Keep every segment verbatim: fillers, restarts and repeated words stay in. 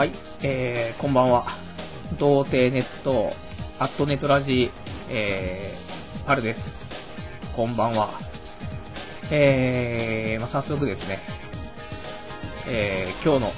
はい、えー、こんばんは。童貞ネット、アットネットラジ、えー、パルです。こんばんは。えー、まあ、早速ですね、えー、今日の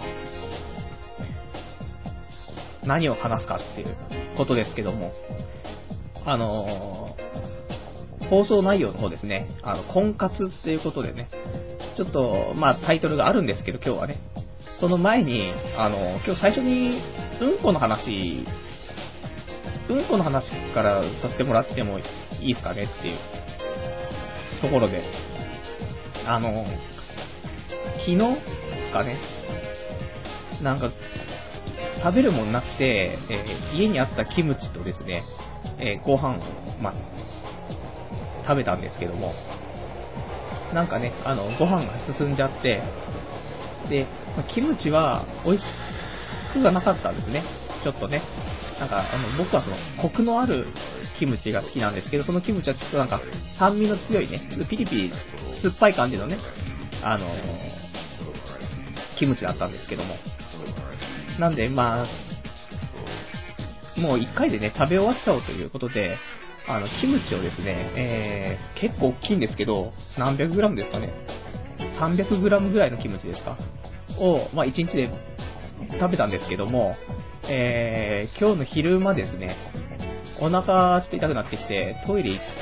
何を話すかっていうことですけども、あのー、放送内容の方ですね、あの、婚活っていうことでね、ちょっと、まあ、タイトルがあるんですけど、今日はね、その前に、あの、今日最初に、うんこの話、うんこの話からさせてもらってもいいですかねっていうところで、あの、昨日ですかね、なんか、食べるもんなくて、えー、家にあったキムチとですね、えー、ご飯を、まあ、食べたんですけども、なんかね、あの、ご飯が進んじゃって、で、キムチは美味しくがなかったんですね。ちょっとね。なんか、あの、僕はその、コクのあるキムチが好きなんですけど、そのキムチはちょっとなんか、酸味の強いね、ピリピリ、酸っぱい感じのね、あのー、キムチだったんですけども。なんで、まあ、もう一回でね、食べ終わっちゃおうということで、あの、キムチをですね、えー、結構大きいんですけど、何百グラムですかね。さんびゃくグラムぐらいのキムチですかを、まあ、いちにちで食べたんですけども、えー、今日の昼間ですね、お腹ちょっと痛くなってきて、トイレ行って、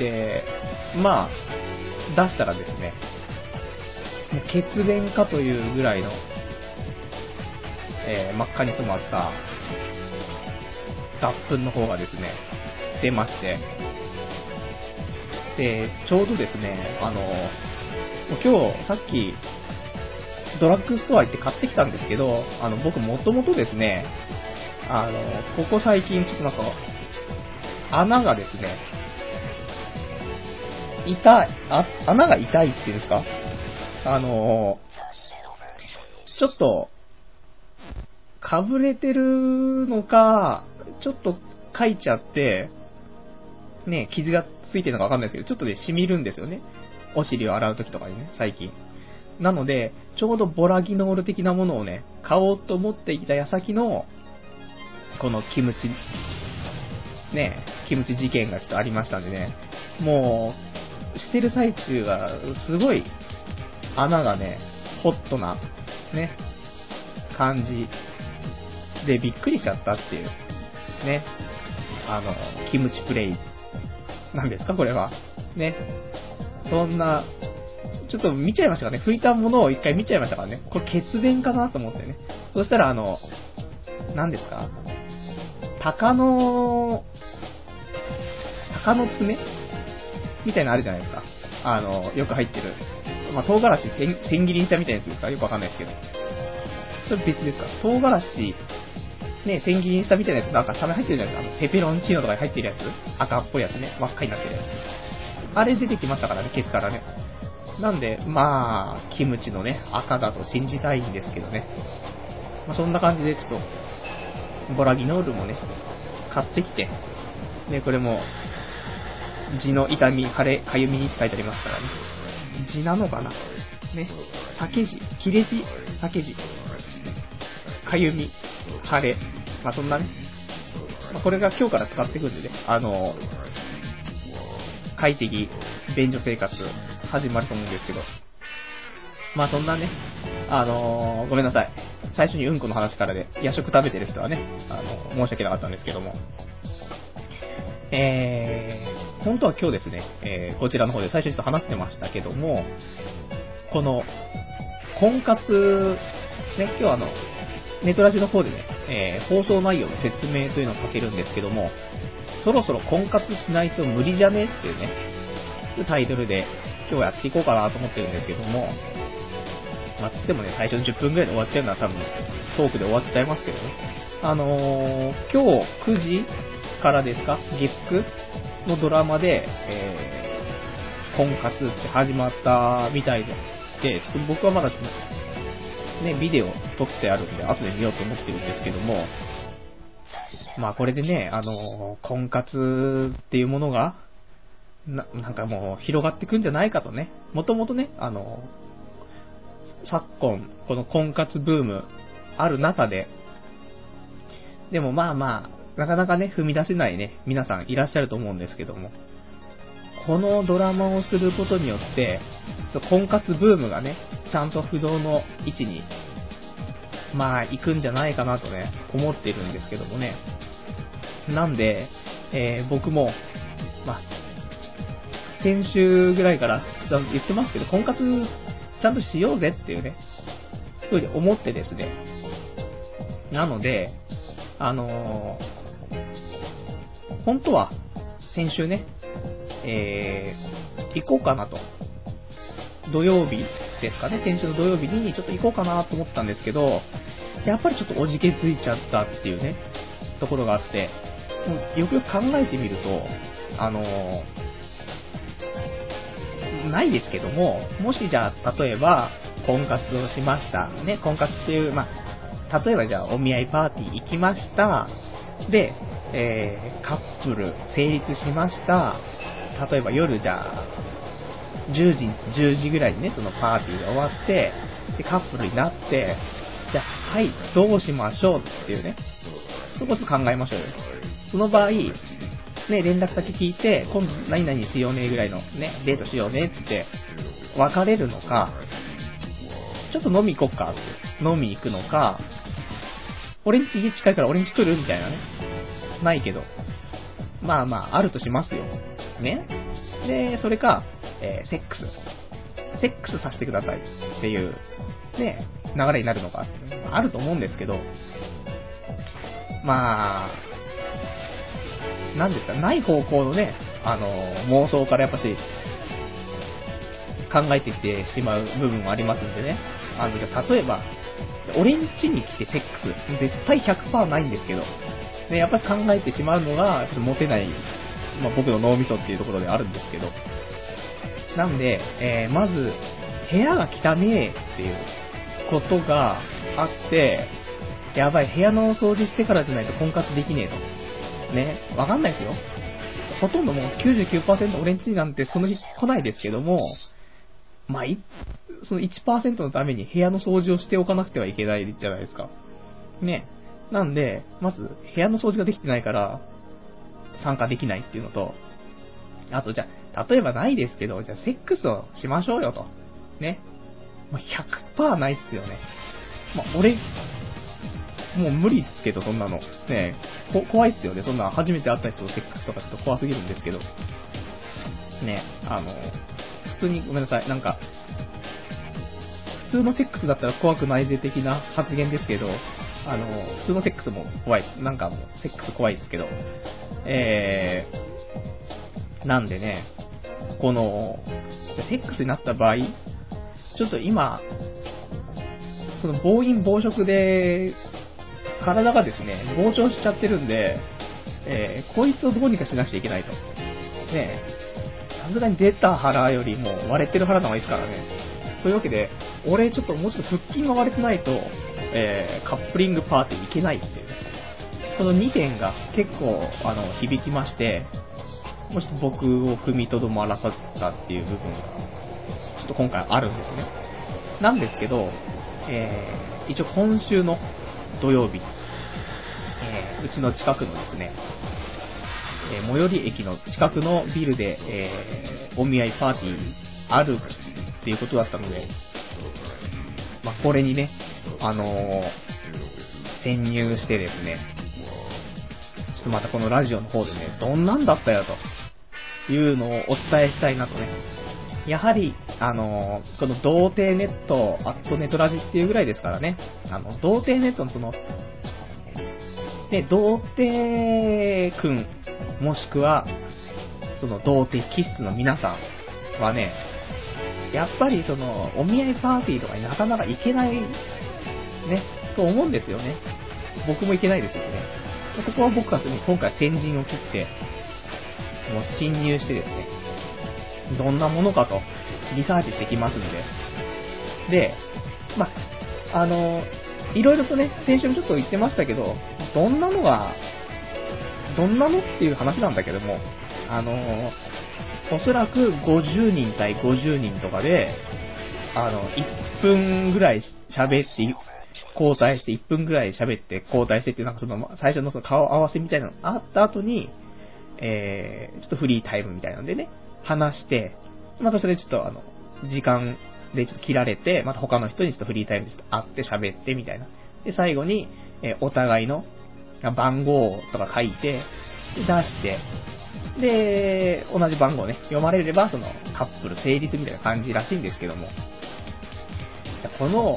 まあ、出したらですね、もう血便かというぐらいの、えー、真っ赤に染まった脱粉の方がですね、出まして、で、ちょうどですね、あの、今日さっきドラッグストア行って買ってきたんですけど、あの、僕もともとですね、あの、ここ最近ちょっとなんか、穴がですね、痛い、あ、穴が痛いっていうんですか？あの、ちょっと、かぶれてるのか、ちょっとかいちゃって、ね、傷がついてるのかわかんないですけど、ちょっとね、染みるんですよね。お尻を洗うときとかにね、最近。なので、ちょうどボラギノール的なものをね、買おうと思っていた矢先の、このキムチ、ね、キムチ事件がちょっとありましたんでね、もう、してる最中が、すごい、穴がね、ホットな、ね、感じでびっくりしちゃったっていう、ね、あの、キムチプレイ、なんですかこれは。ね、そんな、ちょっと見ちゃいましたからね、拭いたものを一回見ちゃいましたからね、これ血便かなと思ってね。そしたらあの、何ですか鷹の、鷹の爪みたいなのあるじゃないですか。あの、よく入ってる。まあ、唐辛子千千切りにしたみたいなやつですかよくわかんないですけど。それ別ですか唐辛子、ね、千切りにしたみたいなやつ、なんかサメ入ってるじゃないですか。あの、ペペロンチーノとかに入ってるやつ赤っぽいやつね。真っ赤になってるやつ。あれ出てきましたからね、ケツからね。なんで、まあ、キムチのね、赤だと信じたいんですけどね。まあ、そんな感じで、ちょっと、ボラギノールもね、買ってきて、ね、これも、痔の痛み、腫れ、かゆみにって書いてありますからね。痔なのかなね。裂け痔、切れ痔、裂け痔、かゆみ、腫れ。まあそんなね。まあ、これが今日から使っていくんでね、あの、快適、便所生活、始まると思うんですけど。まあそんなね、あのー、ごめんなさい。最初にうんこの話からで、夜食食べてる人はね、あの、申し訳なかったんですけども。えー、本当は今日ですね、えー、こちらの方で最初にちょっと話してましたけども、この、婚活、ね、今日はあの、ネトラジの方でね、えー、放送内容の説明というのを書けるんですけども、そろそろ婚活しないと無理じゃねっていうね、タイトルで今日やっていこうかなと思ってるんですけども、まあ、つってもね、最初のじゅっぷんぐらいで終わっちゃうのは多分、トークで終わっちゃいますけどね。あのー、今日くじからですか月くのドラマで、えー、婚活って始まったみたいで、で、ちょっと僕はまだちょっと、ね、ビデオ撮ってあるんで、後で見ようと思ってるんですけども、まあこれでね、あのー、婚活っていうものが、な、なんかもう広がってくんじゃないかとね、もともとね、あのー、昨今、この婚活ブームある中で、 でもまあまあ、なかなかね、踏み出せないね、皆さんいらっしゃると思うんですけども、このドラマをすることによって、婚活ブームがね、ちゃんと不動の位置に、まあ、行くんじゃないかなとね、思っているんですけどもね。なんで、えー、僕も、まあ、先週ぐらいから言ってますけど、婚活ちゃんとしようぜっていうね、ふうに思ってですね。なので、あのー、本当は先週ね、えー、行こうかなと。土曜日ですかね、先週の土曜日にちょっと行こうかなと思ったんですけど、やっぱりちょっとおじけついちゃったっていうね、ところがあって、もうよくよく考えてみると、あのー、ないですけども、もしじゃあ、例えば、婚活をしました。ね、婚活っていう、まあ、例えばじゃあ、お見合いパーティー行きました。で、えー、カップル成立しました。例えば夜じゃあ、じゅうじ、じゅうじぐらいにね、そのパーティーが終わって、で、カップルになって、じゃあ、はい、どうしましょうっていうね、そこちょっと考えましょうよ。その場合、ね、連絡先聞いて、今度何々しようねぐらいのね、デートしようねって、別れるのか、ちょっと飲み行こっかって、飲み行くのか、俺んち家近いから俺んち来るみたいなね。ないけど。まあまあ、あるとしますよ。ね。で、それか、えー、セックス。セックスさせてくださいっていう、ね、流れになるのか、あると思うんですけど、まあ、なんですか、ない方向のね、あの、妄想からやっぱし、考えてきてしまう部分もありますんでね。あの、じゃあ、例えば、俺ん家に来てセックス、絶対 ひゃくパーセント ないんですけど、ね、やっぱり考えてしまうのが、ちょっとモテない、まあ、僕の脳みそっていうところであるんですけど、なんで、えー、まず、部屋が汚ねえっていうことがあって、やばい、部屋の掃除してからじゃないと婚活できねえと。ね、わかんないですよ。ほとんどもう きゅうじゅうきゅうパーセント 俺んちなんてその日来ないですけども、まあ、い、その いちパーセント のために部屋の掃除をしておかなくてはいけないじゃないですか。ね。なんで、まず、部屋の掃除ができてないから、参加できないっていうのと、あとじゃあ、例えばないですけど、じゃあセックスをしましょうよと。ね。まあ、ひゃくパーセント ないっすよね。まあ、俺、もう無理っすけど、そんなの。ねこ、怖いっすよね。そんな初めて会った人とセックスとかちょっと怖すぎるんですけど。ね、あの、普通にごめんなさい。なんか、普通のセックスだったら怖くないぜ的な発言ですけど、あの、普通のセックスも怖い。なんかもう、セックス怖いですけど、えー、なんでね、この、セックスになった場合、ちょっと今、その暴飲暴食で、体がですね、膨張しちゃってるんで、えー、こいつをどうにかしなくちゃいけないと。ねえ、さすがに出た腹よりも割れてる腹の方がいいですからね。というわけで、俺ちょっともうちょっと腹筋が割れてないと、えー、カップリングパーティー行けないっていうね。このにてんが結構、あの、響きまして、もうちょっと僕を踏みとどまらさったっていう部分が、ちょっと今回あるんですね。なんですけど、えー、一応今週の土曜日、えー、うちの近くのですね、えー、最寄り駅の近くのビルで、えー、お見合いパーティーあるっていうことだったので、まあ、これにね、あのー、潜入してですね、ちょっとまたこのラジオの方でね、どんなんだったよというのをお伝えしたいなとね。やはり、あのー、この童貞ネット、アットネトラジっていうぐらいですからね、あの、童貞ネットのその、で、童貞くん、もしくは、その童貞気質の皆さんはね、やっぱりその、お見合いパーティーとかになかなか行けない、ね、と思うんですよね。僕も行けないですしね。ここは僕は今回先陣を切って、もう侵入してですね、どんなものかと、リサーチしてきますんで。で、ま、あの、いろいろとね、先週もちょっと言ってましたけど、どんなのが、どんなのっていう話なんだけども、あの、おそらくごじゅうにん対ごじゅうにんとかで、あの、いっぷんぐらい喋って、 交代していっぷんぐらい喋って交代してっていうなんかその最初のその顔合わせみたいなのがあった後に、えー、ちょっとフリータイムみたいなのでね、話して、またそれちょっとあの、時間でちょっと切られて、また他の人にちょっとフリータイムでちょっと会って喋ってみたいな。で、最後に、えー、お互いの番号とか書いて、で出して、で、同じ番号ね、読まれればそのカップル成立みたいな感じらしいんですけども、この、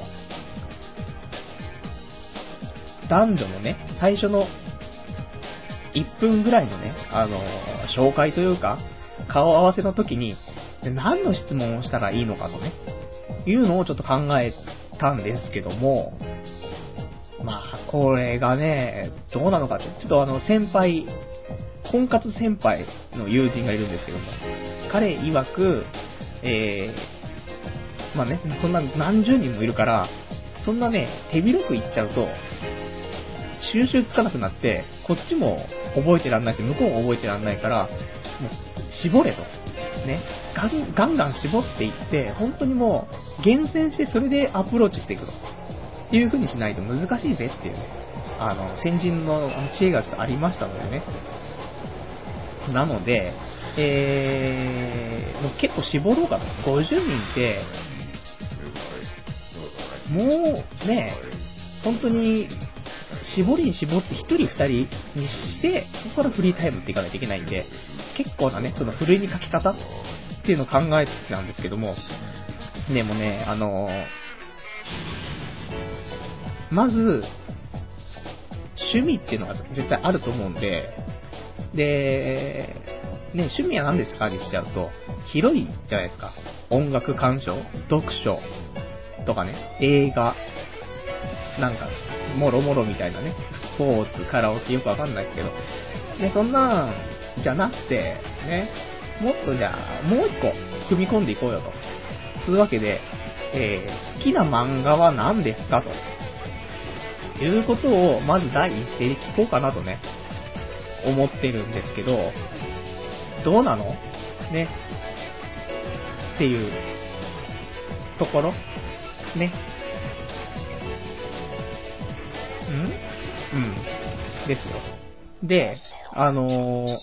男女のね、最初のいっぷんぐらいのね、あの、紹介というか、顔合わせの時に、何の質問をしたらいいのかとね、いうのをちょっと考えたんですけども、まあ、これがね、どうなのかって、ちょっとあの、先輩、婚活先輩の友人がいるんですけども、彼曰く、えー、まあね、そんな何十人もいるから、そんなね、手広く言っちゃうと、収集つかなくなって、こっちも覚えてらんないし、向こうも覚えてらんないから、もう、絞れと。ね。ガンガンガン絞っていって、本当にもう、厳選してそれでアプローチしていくと。いう風にしないと難しいぜっていうね。あの、先人の知恵がありましたのでね。なので、えー、もう結構絞ろうかと。ごじゅうにんって、もうね、本当に、絞りに絞ってひとりふたりにして、そこからフリータイムっていかないといけないんで、結構なね、そのふるいに書き方っていうのを考えてたんですけども、でもね、あのー、まず、趣味っていうのが絶対あると思うんで、で、ね、趣味は何ですかにしちゃうと、広いじゃないですか。音楽鑑賞、読書とかね、映画、なんか、もろもろみたいなね、スポーツ、カラオケよくわかんないですけど、で、そんなんじゃなくて、ね、もっとじゃあ、もう一個踏み込んでいこうよと。つうわけで、えー、好きな漫画は何ですかということを、まず第一声で聞こうかなとね、思ってるんですけど、どうなのね、っていうところね。んうん。ですよ。で、あのー、好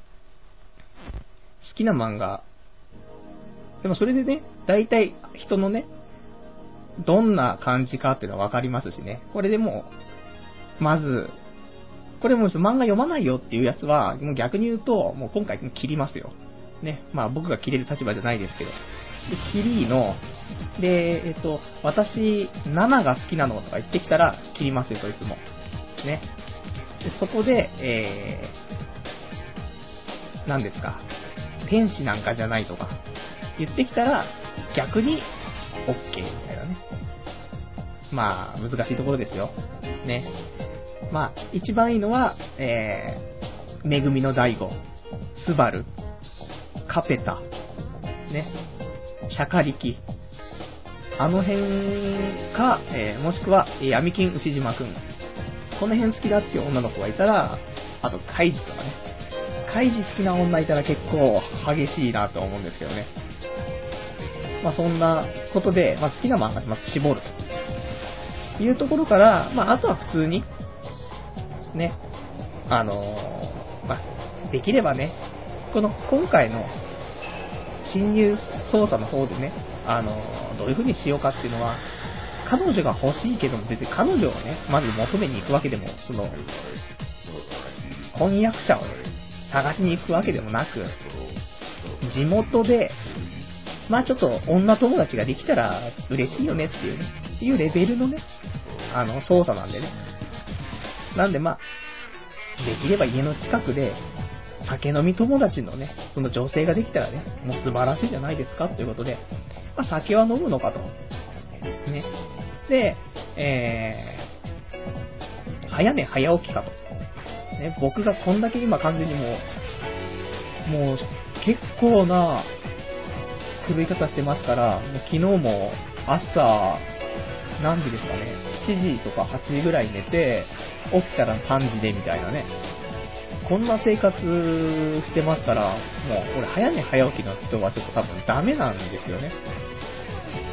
きな漫画。でもそれでね、大体人のね、どんな感じかっていうのはわかりますしね。これでもう、まず、これも漫画読まないよっていうやつは、もう逆に言うと、もう今回切りますよ。ね。まあ僕が切れる立場じゃないですけど。で、キリの、で、えっと、私、ななが好きなのとか言ってきたら、切りますよ、そいつも。ね。で、そこで、えー、何ですか。天使なんかじゃないとか、言ってきたら、逆に、OK みたいなね。まあ、難しいところですよ。ね。まあ、一番いいのは、えー、めぐみの大悟、スバル、カペタ、ね。シャカリキ、あの辺か、えー、もしくは、闇金牛島くん。この辺好きだっていう女の子がいたら、あと、カイジとかね。カイジ好きな女いたら結構激しいなと思うんですけどね。まあそんなことで、まあ好きな漫画でまず絞るというところから、まああとは普通に、ね、あのー、まあ、できればね、この今回の侵入捜査の方でね、あのー、どういう風にしようかっていうのは、彼女が欲しいけども、別に彼女をね、まず求めに行くわけでも、その、婚約者をね、探しに行くわけでもなく、地元で、まあちょっと女友達ができたら嬉しいよねっていうね、っていうレベルのね、あの、捜査なんでね。なんでまあ、できれば家の近くで、酒飲み友達のね、その女性ができたらね、もう素晴らしいじゃないですかということで、まあ酒は飲むのかと。ね。で、えー、早寝早起きかと。ね、僕がこんだけ今完全にもう、もう結構な狂い方してますから、もう昨日も朝、何時ですかね、しちじとかはちじぐらい寝て、起きたらさんじでみたいなね。こんな生活してますから、もう俺早寝早起きの人はちょっと多分ダメなんですよね。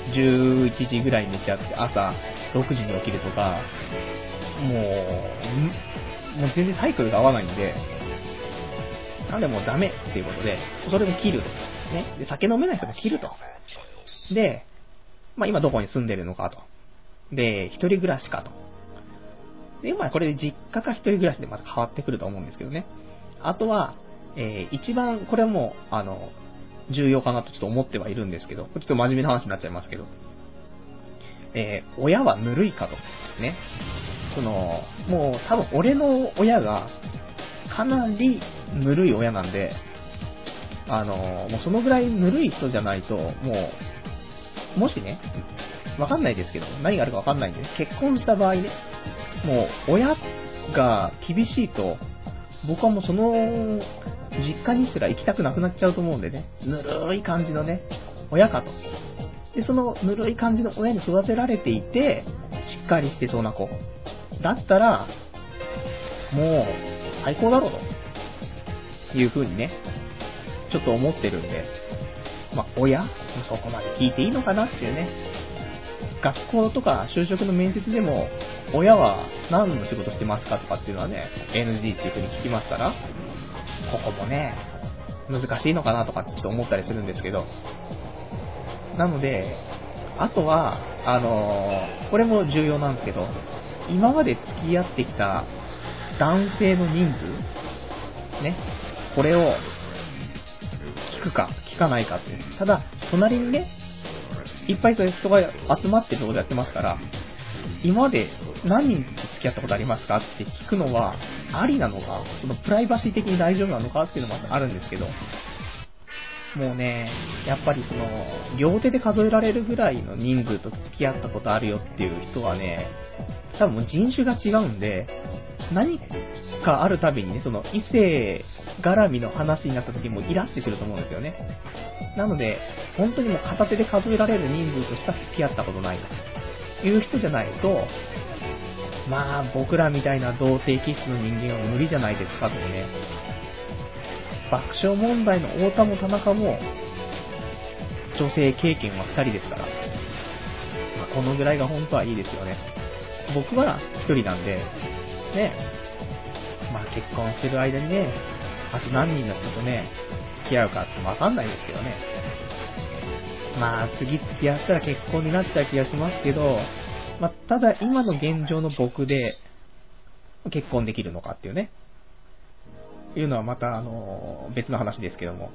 じゅういちじぐらいに寝ちゃって朝ろくじに起きるとか、もう、もう全然サイクルが合わないんで、なんでもうダメっていうことで、それも切ると。ね。で、酒飲めない人も切ると。で、まあ今どこに住んでるのかと。で、一人暮らしかと。で、まあこれで実家か一人暮らしでまた変わってくると思うんですけどね。あとは、えー、一番、これはもう、あの、重要かなとちょっと思ってはいるんですけど、ちょっと真面目な話になっちゃいますけど、えー、親はぬるいかと。ね。その、もう多分俺の親がかなりぬるい親なんで、あの、もうそのぐらいぬるい人じゃないと、もう、もしね、わかんないですけど、何があるかわかんないんで、ね、結婚した場合ね、もう親が厳しいと、僕はもうその実家にすら行きたくなくなっちゃうと思うんでね、ぬるい感じのね、親かと。で、そのぬるい感じの親に育てられていて、しっかりしてそうな子。だったら、もう、最高だろうと。いう風にね、ちょっと思ってるんで、まあ、親そこまで聞いていいのかなっていうね。学校とか就職の面接でも、親は何の仕事してますかとかっていうのはね、エヌジー っていう風に聞きますから、ここもね、難しいのかなとかってちょっと思ったりするんですけど、なので、あとは、あのー、これも重要なんですけど、今まで付き合ってきた男性の人数ね、これを聞くか聞かないかっていう。ただ、隣にね、いっぱいそういう人が集まってるところでやってますから、今まで何人と付き合ったことありますかって聞くのはありなのか、そのプライバシー的に大丈夫なのかっていうのもあるんですけど、もうね、やっぱりその、両手で数えられるぐらいの人数と付き合ったことあるよっていう人はね、多分もう人種が違うんで、何かあるたびにね、その異性絡みの話になった時にもイラってすると思うんですよね。なので、本当にもう片手で数えられる人数としか付き合ったことないという人じゃないと、まあ僕らみたいな童貞気質の人間は無理じゃないですかとね。爆笑問題の太田も田中も女性経験はふたりですから、まあ、このぐらいが本当はいいですよね。僕はひとりなんで、ね、まあ結婚してる間にね、あと何人の人とね、付き合うかってわかんないですけどね。まあ次付き合ったら結婚になっちゃう気がしますけど、まあただ今の現状の僕で結婚できるのかっていうね、いうのはまたあの別の話ですけども。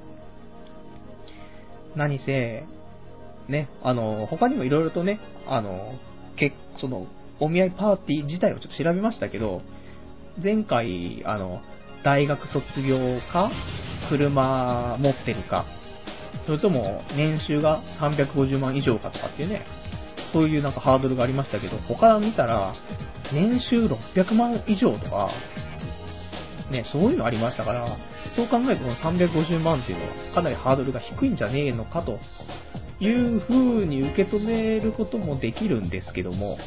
何せ、ね、あの、他にもいろいろとね、あの、けその、お見合いパーティー自体をちょっと調べましたけど、前回、あの、大学卒業か、車持ってるか、それとも年収がさんびゃくごじゅうまん以上かとかっていうね、そういうなんかハードルがありましたけど、他見たら、年収ろっぴゃくまん以上とか、ね、そういうのありましたから、そう考えるとこのさんびゃくごじゅうまんっていうのはかなりハードルが低いんじゃねえのかという風に受け止めることもできるんですけども、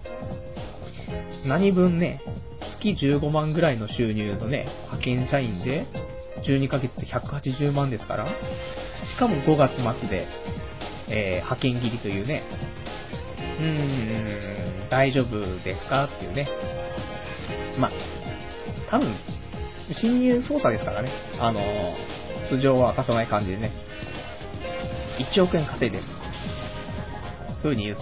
何分ね、月じゅうごまんぐらいの収入のね、派遣社員でじゅうにかげつでひゃくはちじゅうまんですから、しかもごがつ末で、えー、派遣切りというね、うーん、大丈夫ですかっていうね。まあ、多分、侵入捜査ですからね。あのー、素性は明かさない感じでね。いちおくえん稼いでる。風に言って、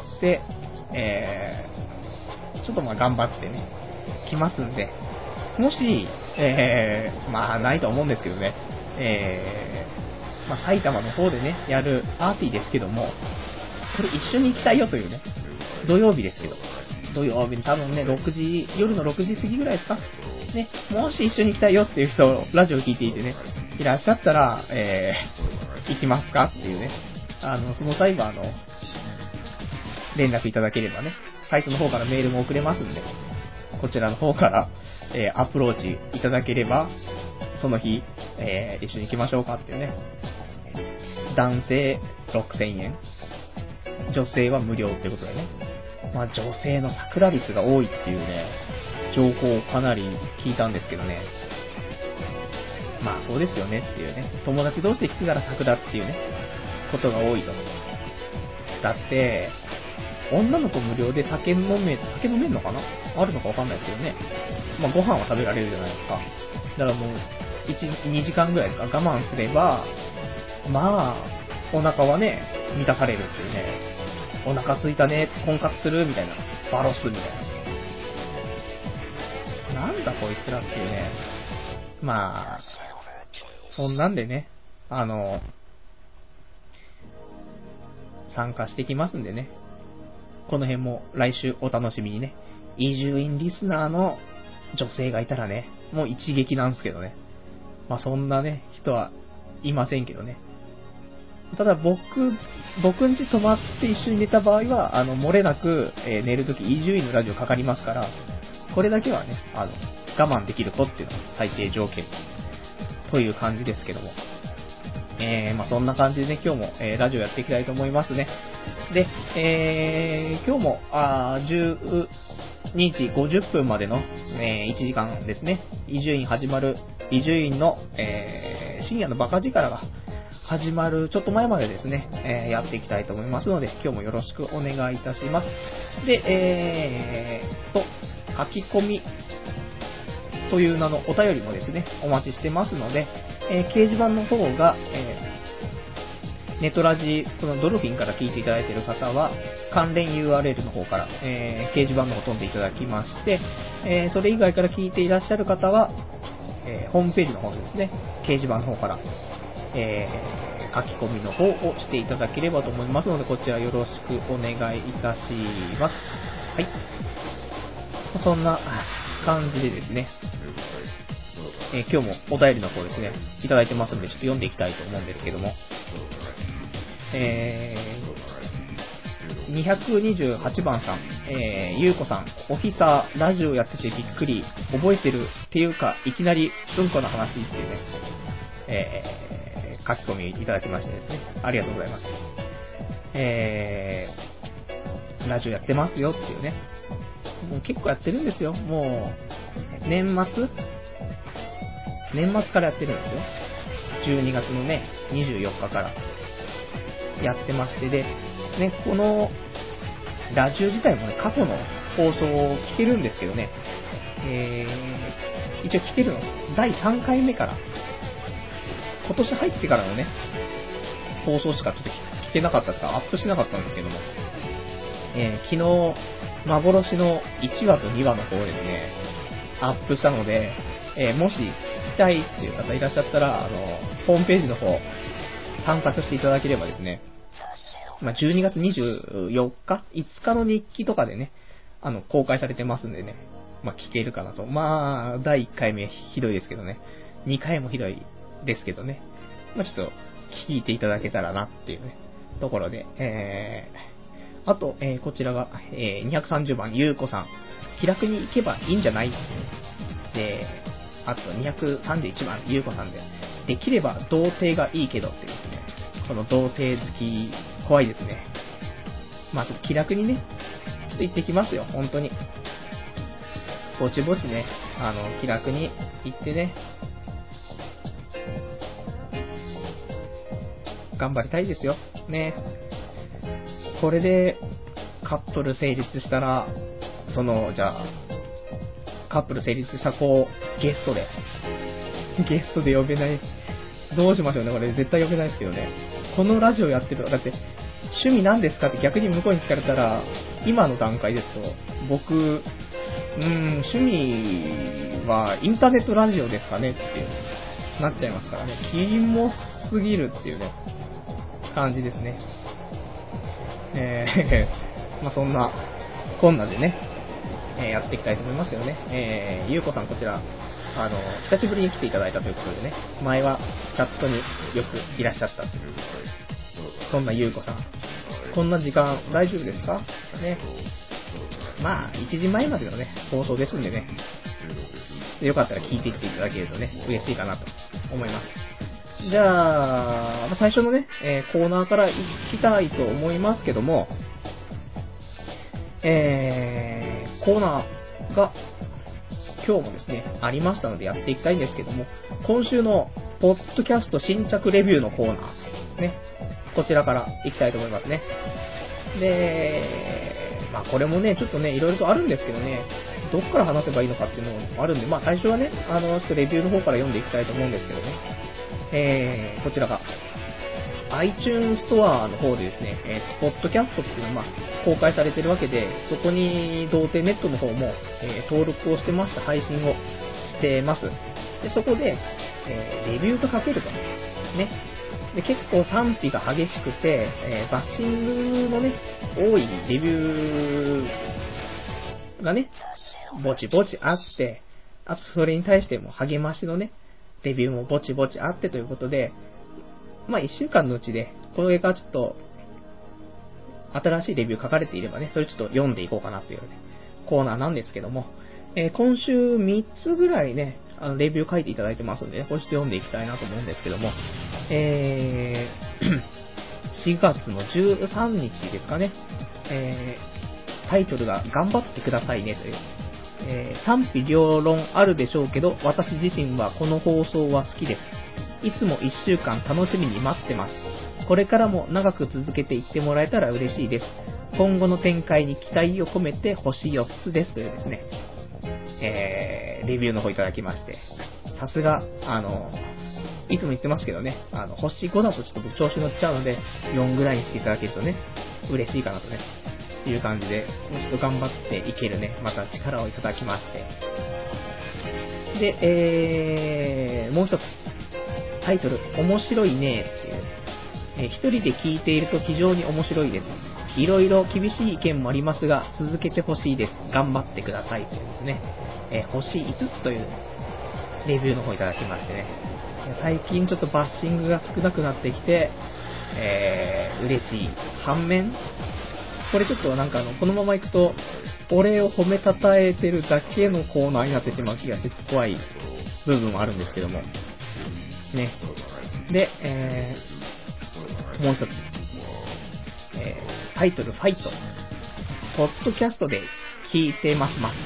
えー、ちょっとまあ頑張ってね、来ますんで、もし、えー、まあないと思うんですけどね、えー、まあ埼玉の方でね、やるパーティーですけども、これ一緒に行きたいよというね、土曜日ですけど、土曜日に多分ね、ろくじ、夜のろくじ過ぎぐらいですかね、もし一緒に行きたいよっていう人、ラジオ聞いていてね、いらっしゃったら、えー、行きますかっていうね、あの、その際は、あの、連絡いただければね、サイトの方からメールも送れますんで、こちらの方から、えー、アプローチいただければ、その日、えー、一緒に行きましょうかっていうね、男性ろくせんえん、女性は無料ってことでね、まあ女性の桜率が多いっていうね、情報をかなり聞いたんですけどね、まあそうですよねっていうね、友達同士で来てたら桜っていうね、ことが多いと。 だって、女の子無料で酒飲め、酒飲めんのかなあるのかわかんないですけどね。まあご飯は食べられるじゃないですか。だからもう、いち、にじかんぐらいですか、我慢すれば、まあ、お腹はね、満たされるっていうね。お腹空いたね、婚活するみたいな。バロスみたいな。なんだこいつらっていうね。まあ、そんなんでね、あの、参加してきますんでね。この辺も来週お楽しみにね。移住院リスナーの女性がいたらね、もう一撃なんですけどね。まあそんなね、人はいませんけどね。ただ僕、僕ん家泊まって一緒に寝た場合は、あの、漏れなく、えー、寝るとき移住院のラジオかかりますから、これだけはね、あの、我慢できる子っていうのが最低条件という感じですけども。えー、まあそんな感じでね、今日も、えー、ラジオやっていきたいと思いますね。で、えー、今日も、あじゅうにじごじゅっぷんまでの、えー、いちじかんですね。移住院始まる、移住院の、えー、深夜のバカ力が始まるちょっと前までですね、えー、やっていきたいと思いますので、今日もよろしくお願いいたします。で、えーと、書き込みという名のお便りもですね、お待ちしてますので、えー、掲示板の方が、えー、ネットラジ、このドルフィンから聞いていただいている方は、関連 ユーアールエル の方から、えー、掲示板の方飛んでいただきまして、えー、それ以外から聞いていらっしゃる方は、えー、ホームページの方でですね、掲示板の方から、えー、書き込みの方をしていただければと思いますので、こちらよろしくお願いいたします。はい。そんな感じでですね、えー、今日もお便りの方ですね、いただいてますので、ちょっと読んでいきたいと思うんですけども、えー、にひゃくにじゅうはちばんさん、えー、ゆうこさん、おひさ、ラジオやっててびっくり、覚えてるっていうか、いきなりうんこの話っていうね、えー、書き込みいただきましてですね、ありがとうございます。えー、ラジオやってますよっていうね、もう結構やってるんですよ。もう、年末年末からやってるんですよ。じゅうにがつのね、にじゅうよっかからやってまして、で、ね、このラジオ自体もね、過去の放送を聞けるんですけどね、えー、一応聞けるのだいさんかいめから、今年入ってからのね、放送しかちょっと聞けなかったとか、アップしなかったんですけども、えー、昨日、幻のいちわとにわの方をですね、アップしたので、えー、もし聞きたいっていう方いらっしゃったら、あの、ホームページの方、散策していただければですね、まあ、じゅうにがつにじゅうよっか、いつかの日記とかでね、あの、公開されてますんでね、まあ、聞けるかなと。まあ、だいいっかいめひどいですけどね、にかいもひどいですけどね、まあ、ちょっと聞いていただけたらなっていうね、ところで、えー、あと、えー、こちらが、えー、にひゃくさんじゅうばん、ゆうこさん、気楽に行けばいいんじゃないで、あとにひゃくさんじゅういちばん、ゆうこさんで、できれば童貞がいいけどってですね、この童貞好き、怖いですね。まあちょっと気楽にね、ちょっと行ってきますよ、本当に。ぼちぼちね、あの、気楽に行ってね、頑張りたいですよ。ね。これで、カップル成立したら、その、じゃあ、カップル成立した子をゲストで、ゲストで呼べない。どうしましょうね、これ絶対呼べないですけどね。このラジオやってる、だって、趣味何ですかって逆に向こうに聞かれたら、今の段階ですと、僕、うーん、趣味はインターネットラジオですかねっていう、なっちゃいますからね。キモすぎるっていうね、感じですね。えー、まあそんな、こんなでね、えー、やっていきたいと思いますけどね。えー、ゆうこさんこちら、あの、久しぶりに来ていただいたということでね、前はチャットによくいらっしゃったという、そんなゆうこさん。こんな時間大丈夫ですかね。まあ、いちじまえまでのね、放送ですんでね、よかったら聞いていっていただけるとね、嬉しいかなと思います。じゃあ、最初のね、えー、コーナーから行きたいと思いますけども、えー、コーナーが今日もですね、ありましたのでやっていきたいんですけども、今週のポッドキャスト新着レビューのコーナー、ね、こちらから行きたいと思いますね。 で、まあこれもね、ちょっとね、いろいろとあるんですけどね、どっから話せばいいのかっていうのもあるんで、まあ最初はね、あの、ちょっとレビューの方から読んでいきたいと思うんですけどね。えー、こちらが、iTunes ストアの方でですね、えー、ポッドキャストっていうのは、まあ、公開されてるわけで、そこに、童貞ネットの方も、えー、登録をしてました、配信をしてます。で、そこで、えー、レビューが書けると。ね。で、結構賛否が激しくて、えー、バッシングのね、多いレビューがね、ぼちぼちあって、あとそれに対しても励ましのね、レビューもぼちぼちあってということで、まあ一週間のうちで、これがちょっと、新しいレビュー書かれていればね、それちょっと読んでいこうかなという、ね、コーナーなんですけども、えー、今週みっつぐらいね、あのレビュー書いていただいてますので、ね、これちょっと読んでいきたいなと思うんですけども、えー、しがつのじゅうさんにちですかね、えー、タイトルが頑張ってくださいねという、えー、賛否両論あるでしょうけど、私自身はこの放送は好きです。いつもいっしゅうかん楽しみに待ってます。これからも長く続けていってもらえたら嬉しいです。今後の展開に期待を込めて星よっつですというですね、えー、レビューの方いただきまして、さすが、あの、いつも言ってますけどね、あの、星ごだとちょっと僕調子乗っちゃうので、よんぐらいにしていただけるとね、嬉しいかなとね、いう感じで、もうちょっと頑張っていけるね、また力をいただきまして。で、えー、もう一つ。タイトル、面白いねっていう、えー、一人で聞いていると非常に面白いです。いろいろ厳しい意見もありますが、続けてほしいです。頑張ってくださいというですね、えー、星いつつというレビューの方いただきましてね、最近ちょっとバッシングが少なくなってきて、えー、嬉しい反面、これちょっとなんかあの、このままいくと、俺を褒めたたえてるだけのコーナーになってしまう気がして、怖い部分もあるんですけども、ね。で、えー、もう一つ。えー、タイトル、ファイト。ポッドキャストで聞いてますます。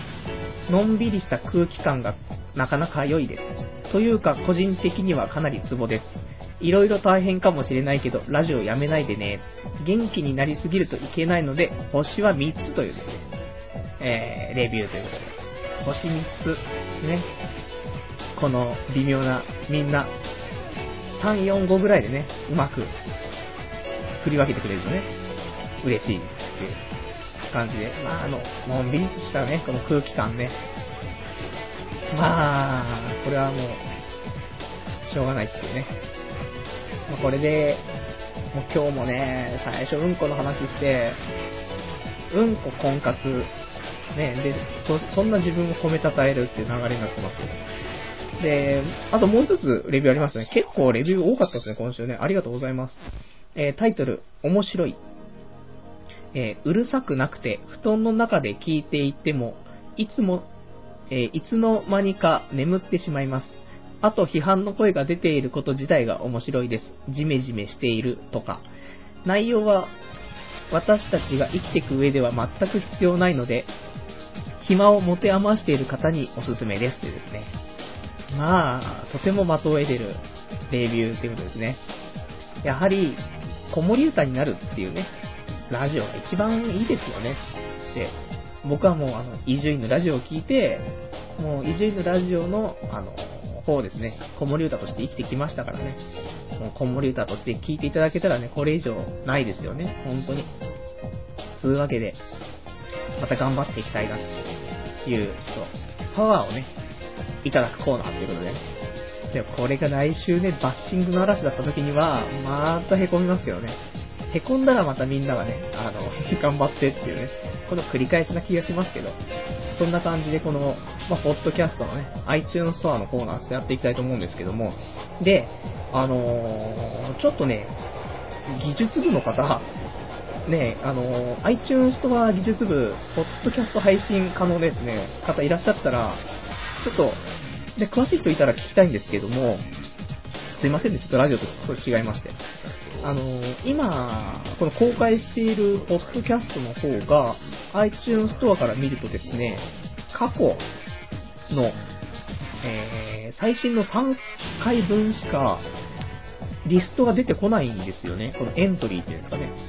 のんびりした空気感がなかなか良いです。というか、個人的にはかなりツボです。いろいろ大変かもしれないけど、ラジオやめないでね。元気になりすぎるといけないので、星はみっつというですね、えー、レビューということで。星みっつ。ね。この微妙な、みんな、さん、よん、ごぐらいでね、うまく振り分けてくれるとね、嬉しいっていう感じで、まあ、あの、のんびりとしたね、この空気感ね。まあ、これはもう、しょうがないっていうね。まあ、これで、もう今日もね、最初うんこの話して、うんこ婚活、ね、で、そ、そんな自分を褒めたたえるっていう流れになってますよ。で、あともう一つレビューありますね。結構レビュー多かったですね、今週ね。ありがとうございます。えー、タイトル、面白い。えー、うるさくなくて、布団の中で聞いていても、いつも、えー、いつの間にか眠ってしまいます。あと、批判の声が出ていること自体が面白いです。ジメジメしているとか。内容は、私たちが生きていく上では全く必要ないので、暇を持て余している方におすすめですというですね。まあ、とても的を得てるレビューということですね。やはり、子守歌になるっていうね、ラジオが一番いいですよね。で、僕はもう、あの、伊集院のラジオを聞いて、もう、伊集院のラジオの、あの、方ですね、子守歌として生きてきましたからね。もう、子守歌として聞いていただけたらね、これ以上ないですよね。本当に。というわけで、また頑張っていきたいな、という、ちょっと、パワーをね、いただくコーナーということでね。でもこれが来週ね、バッシングの嵐だった時には、また凹みますけどね。凹んだらまたみんながね、あの、頑張ってっていうね、この繰り返しな気がしますけど、そんな感じでこの、まあ、ポッドキャストのね、iTunes ストアのコーナーしてやっていきたいと思うんですけども、で、あのー、ちょっとね、技術部の方、ね、あのー、iTunes ストア技術部、ポッドキャスト配信可能ですね、方いらっしゃったら、ちょっと、で、詳しい人いたら聞きたいんですけども、すいませんね、ちょっとラジオと少し違いまして。あのー、今、この公開しているポッドキャストの方が、iTunes ストアから見るとですね、過去の、えー、最新のさんかいぶんしか、リストが出てこないんですよね。このエントリーっていうんですかね。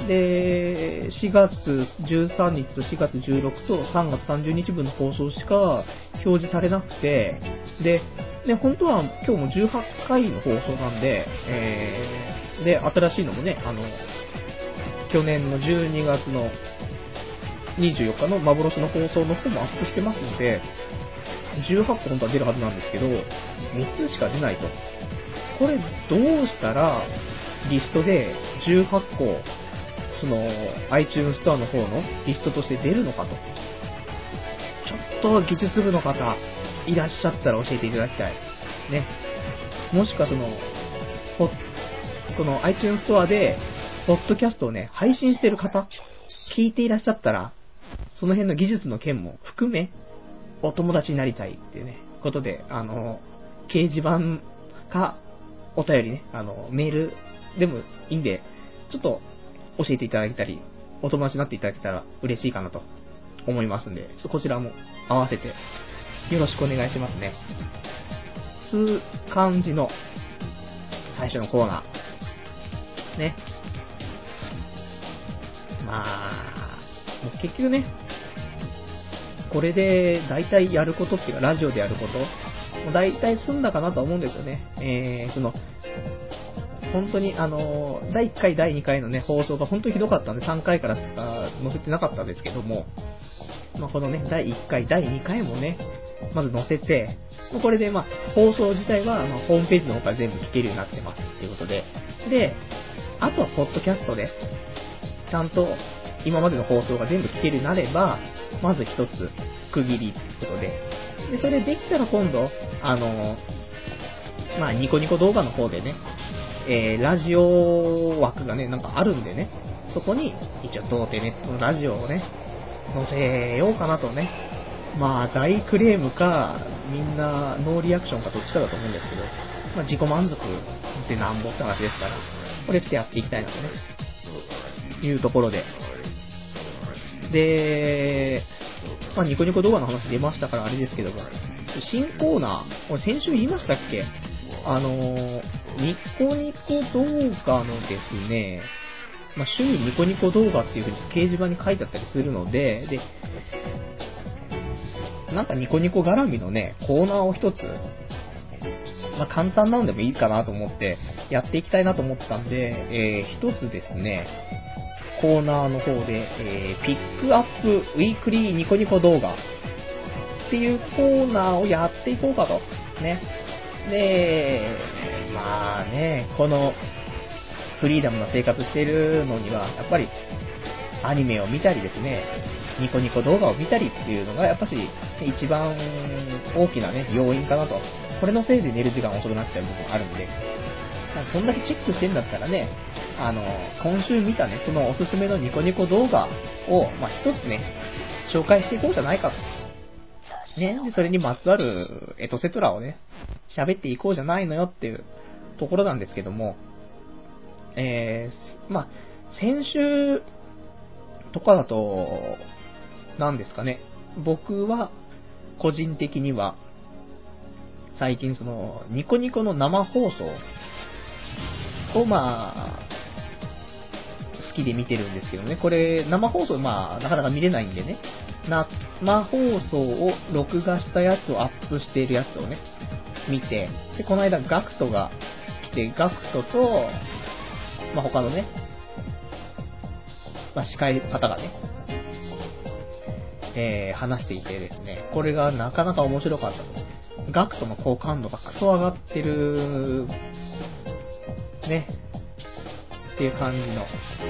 で、しがつじゅうさんにちとしがつじゅうろくとさんがつさんじゅうにちぶんの放送しか表示されなくて、で、で本当は今日もじゅうはちかいの放送なんで、えー、で、新しいのもね、あの、去年のじゅうにがつのにじゅうよっかの幻の放送の方もアップしてますので、じゅうはっこ本当は出るはずなんですけど、みっつしか出ないと。これどうしたらリストでじゅうはっこ、その iTunes ストアの方のリストとして出るのかと。ちょっと技術部の方いらっしゃったら教えていただきたい。ね。もしくはその、この iTunes ストアで、ポッドキャストをね、配信してる方、聞いていらっしゃったら、その辺の技術の件も含め、お友達になりたいっていうね、ことで、あの、掲示板か、お便りね、あの、メールでもいいんで、ちょっと教えていただけたり、お友達になっていただけたら嬉しいかなと思いますんで、こちらも合わせてよろしくお願いしますね。つう感じの最初のコーナー。ね。まあ、もう結局ね、これで大体やることっていうか、ラジオでやること、もう大体済んだかなと思うんですよね。えー、その、本当にあの、だいいっかい、だいにかいのね、放送が本当にひどかったんで、さんかいからしか載せてなかったんですけども、まあ、このね、だいいっかい、だいにかいもね、まず載せて、これでまあ、放送自体はまあホームページの方から全部聞けるようになってますっていうことで、で、あとはポッドキャストで、ちゃんと今までの放送が全部聞けるようになれば、まず一つ区切りってことで、で、それできたら今度、あの、まあ、ニコニコ動画の方でね、えー、ラジオ枠がね、なんかあるんでね、そこに一応童貞ネットのラジオをね、載せようかなとね。まあ、大クレームか、みんなノーリアクションかどっちかだと思うんですけど、まあ、自己満足でなんぼって話ですから、これちょっとやっていきたいなとね、いうところで。で、まあ、ニコニコ動画の話出ましたからあれですけども、新コーナー、これ先週言いましたっけ？あのー、ニコニコ動画のですね、まあ、趣味ニコニコ動画っていう風に掲示板に書いてあったりするので、で、なんかニコニコ絡みのね、コーナーを一つ、まあ、簡単なのでもいいかなと思ってやっていきたいなと思ってたんで、えー、一つですね、コーナーの方で、えー、ピックアップウィークリーニコニコ動画っていうコーナーをやっていこうかと。ね。で、まあね、このフリーダムな生活しているのには、やっぱりアニメを見たりですね、ニコニコ動画を見たりっていうのがやっぱし一番大きなね、要因かなと。これのせいで寝る時間遅くなっちゃう部分があるんで、なんかそんだけチェックしてんだったらね、あの、今週見たね、そのおすすめのニコニコ動画を、まあ、一つね、紹介していこうじゃないかと。ね、で、それにまつわるエトセトラをね、喋っていこうじゃないのよっていうところなんですけども、えー、まあ、先週とかだと、何ですかね、僕は個人的には最近そのニコニコの生放送をまあ好きで見てるんですけどね、これ生放送まあなかなか見れないんでね、生放送を録画したやつをアップしているやつをね見て、でこの間ガクトが来て、ガクトとまあ他のね、まあ司会方がね、えー、話していてですね、これがなかなか面白かったと。ガクトの好感度がクソ上がってるねっていう感じの。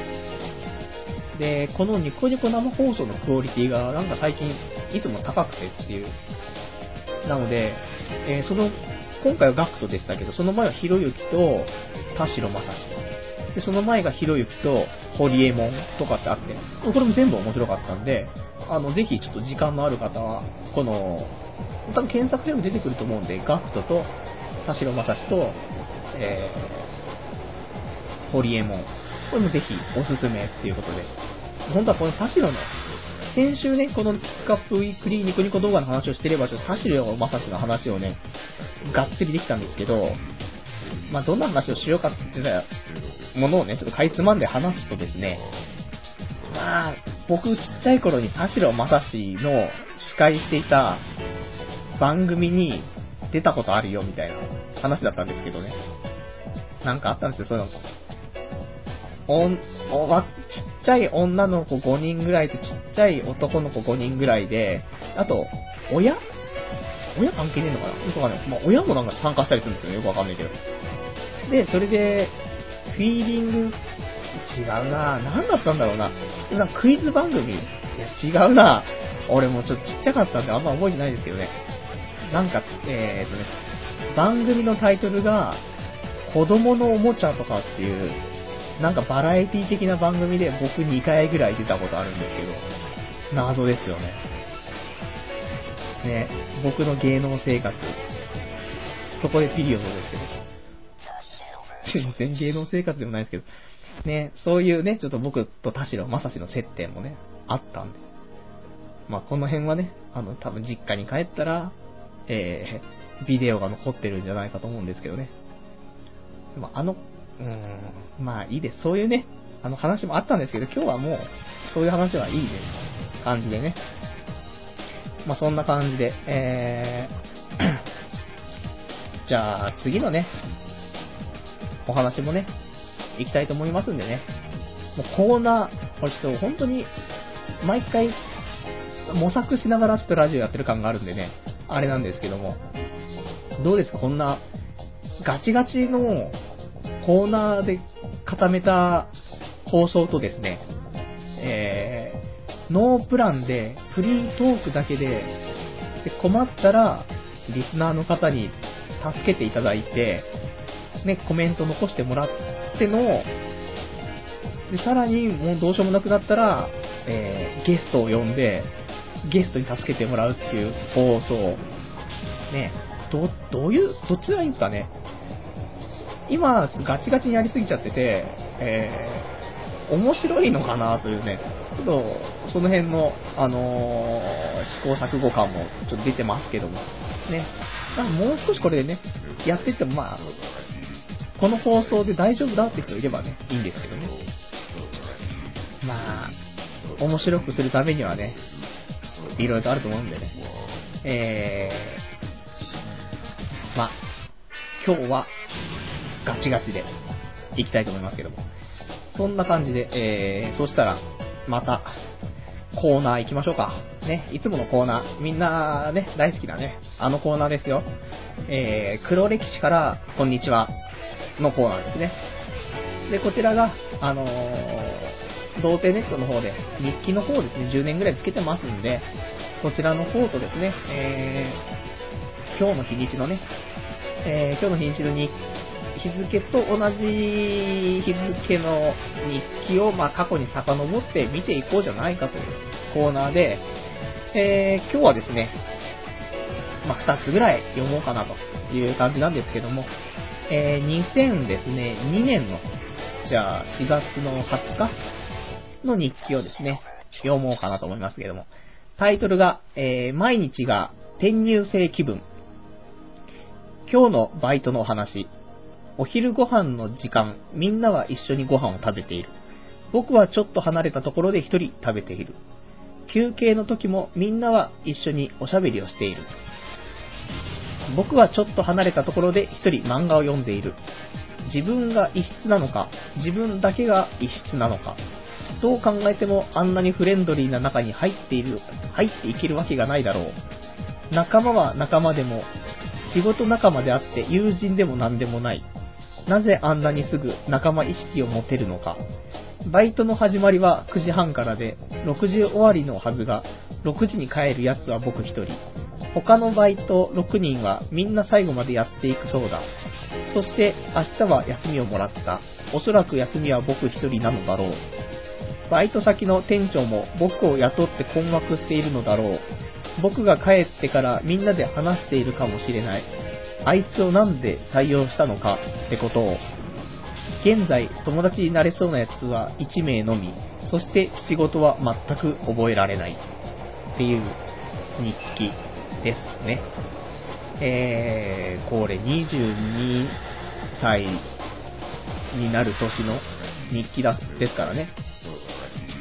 で、このニコニコ生放送のクオリティがなんか最近いつも高くてっていう。なので、えー、その今回はガクトでしたけど、その前はひろゆきと田代正史。で、その前がひろゆきとホリエモンとかってあって、これも全部面白かったんで、あの、ぜひちょっと時間のある方は、この、多分検索でも出てくると思うんで、ガクトと田代正史と、えー、ホリエモン。これもぜひおすすめっていうことで。本当はこの田代の、先週ね、このピックアップウィークリーニコニコ動画の話をしてれば、ちょっと田代正史の話をね、がっつりできたんですけど、まあ、どんな話をしようかって言ってたものをね、ちょっとかいつまんで話すとですね、 まあ、僕ちっちゃい頃に田代正史の司会していた番組に出たことあるよみたいな話だったんですけどね。なんかあったんですよ、そういうの。おん、おわ、ちっちゃい女の子ごにんぐらいとちっちゃい男の子ごにんぐらいで、あと、親親関係ねえのかなよくわかんない。まあ、親もなんか参加したりするんですよね。よくわかんないけど。で、それで、フィーリング、違うなぁ。何だったんだろうな。なんかクイズ番組いや、違うなぁ。俺もちょっとちっちゃかったんであんま覚えてないですけどね。なんか、えーとね、番組のタイトルが、子供のおもちゃとかっていう、なんかバラエティ的な番組で僕にかいぐらい出たことあるんですけど、謎ですよね。ね、僕の芸能生活、そこでピリオドですけど。全然芸能生活でもないですけど、ね、そういうね、ちょっと僕と田代正史の接点もね、あったんで。まあこの辺はね、あの、多分実家に帰ったら、えー、ビデオが残ってるんじゃないかと思うんですけどね。まあ、あの、うーん、まあいいです。そういうね、あの話もあったんですけど、今日はもう、そういう話はいいです。感じでね。まあそんな感じで、えー、じゃあ次のね、お話もね、行きたいと思いますんでね。もうコーナー、これちょっと本当に、毎回、模索しながらちょっとラジオやってる感があるんでね、あれなんですけども、どうですか、こんな、ガチガチのコーナーで固めた放送とですね、えー、ノープランでフリートークだけで、で困ったらリスナーの方に助けていただいて、ね、コメント残してもらっての、でさらにもうどうしようもなくなったら、えー、ゲストを呼んで、ゲストに助けてもらうっていう放送、ね、ど、どういう、どっちがいいんですかね。今、ちょっとガチガチにやりすぎちゃってて、えー、面白いのかなというね、ちょっと、その辺の、あのー、試行錯誤感もちょっと出てますけども、ね。まあ、もう少しこれでね、やっていってもまあ、この放送で大丈夫だって人いればね、いいんですけどね。まあ、面白くするためにはね、いろいろとあると思うんでね。えー、まあ、今日はガチガチでいきたいと思いますけども。そんな感じで、えー、そしたら、また、コーナー行きましょうか。ね、いつものコーナー、みんなね、大好きなね、あのコーナーですよ。えー、黒歴史から、こんにちは、のコーナーですね。で、こちらが、あのー、童貞ネットの方で、日記の方ですね、じゅうねんぐらいつけてますんで、こちらの方とですね、えー、今日の日にちのね、えー、今日の日にちの日日付と同じ日付の日記を、まあ、過去に遡って見ていこうじゃないかというコーナーで、えー、今日はですね、まあ、ふたつぐらい読もうかなという感じなんですけども、えー、にせんですね、にねんの、じゃあしがつのはつかの日記をですね、読もうかなと思いますけども、タイトルが、えー、毎日が転入生気分。今日のバイトのお話。お昼ご飯の時間、みんなは一緒にご飯を食べている。僕はちょっと離れたところで一人食べている。休憩の時もみんなは一緒におしゃべりをしている。僕はちょっと離れたところで一人漫画を読んでいる。自分が異質なのか、自分だけが異質なのか。どう考えてもあんなにフレンドリーな中に入っている、入っていけるわけがないだろう。仲間は仲間でも、仕事仲間であって友人でも何でもない。なぜあんなにすぐ仲間意識を持てるのか。バイトの始まりはくじはんからで、ろくじ終わりのはずが、ろくじに帰るやつは僕一人。他のバイトろくにんはみんな最後までやっていくそうだ。そして明日は休みをもらった。おそらく休みは僕一人なのだろう。バイト先の店長も僕を雇って困惑しているのだろう。僕が帰ってからみんなで話しているかもしれない。あいつをなんで採用したのかってことを。現在友達になれそうなやつはいちめいのみ。そして仕事は全く覚えられないっていう日記ですね。えー、これにじゅうにさいになる年の日記だですからね。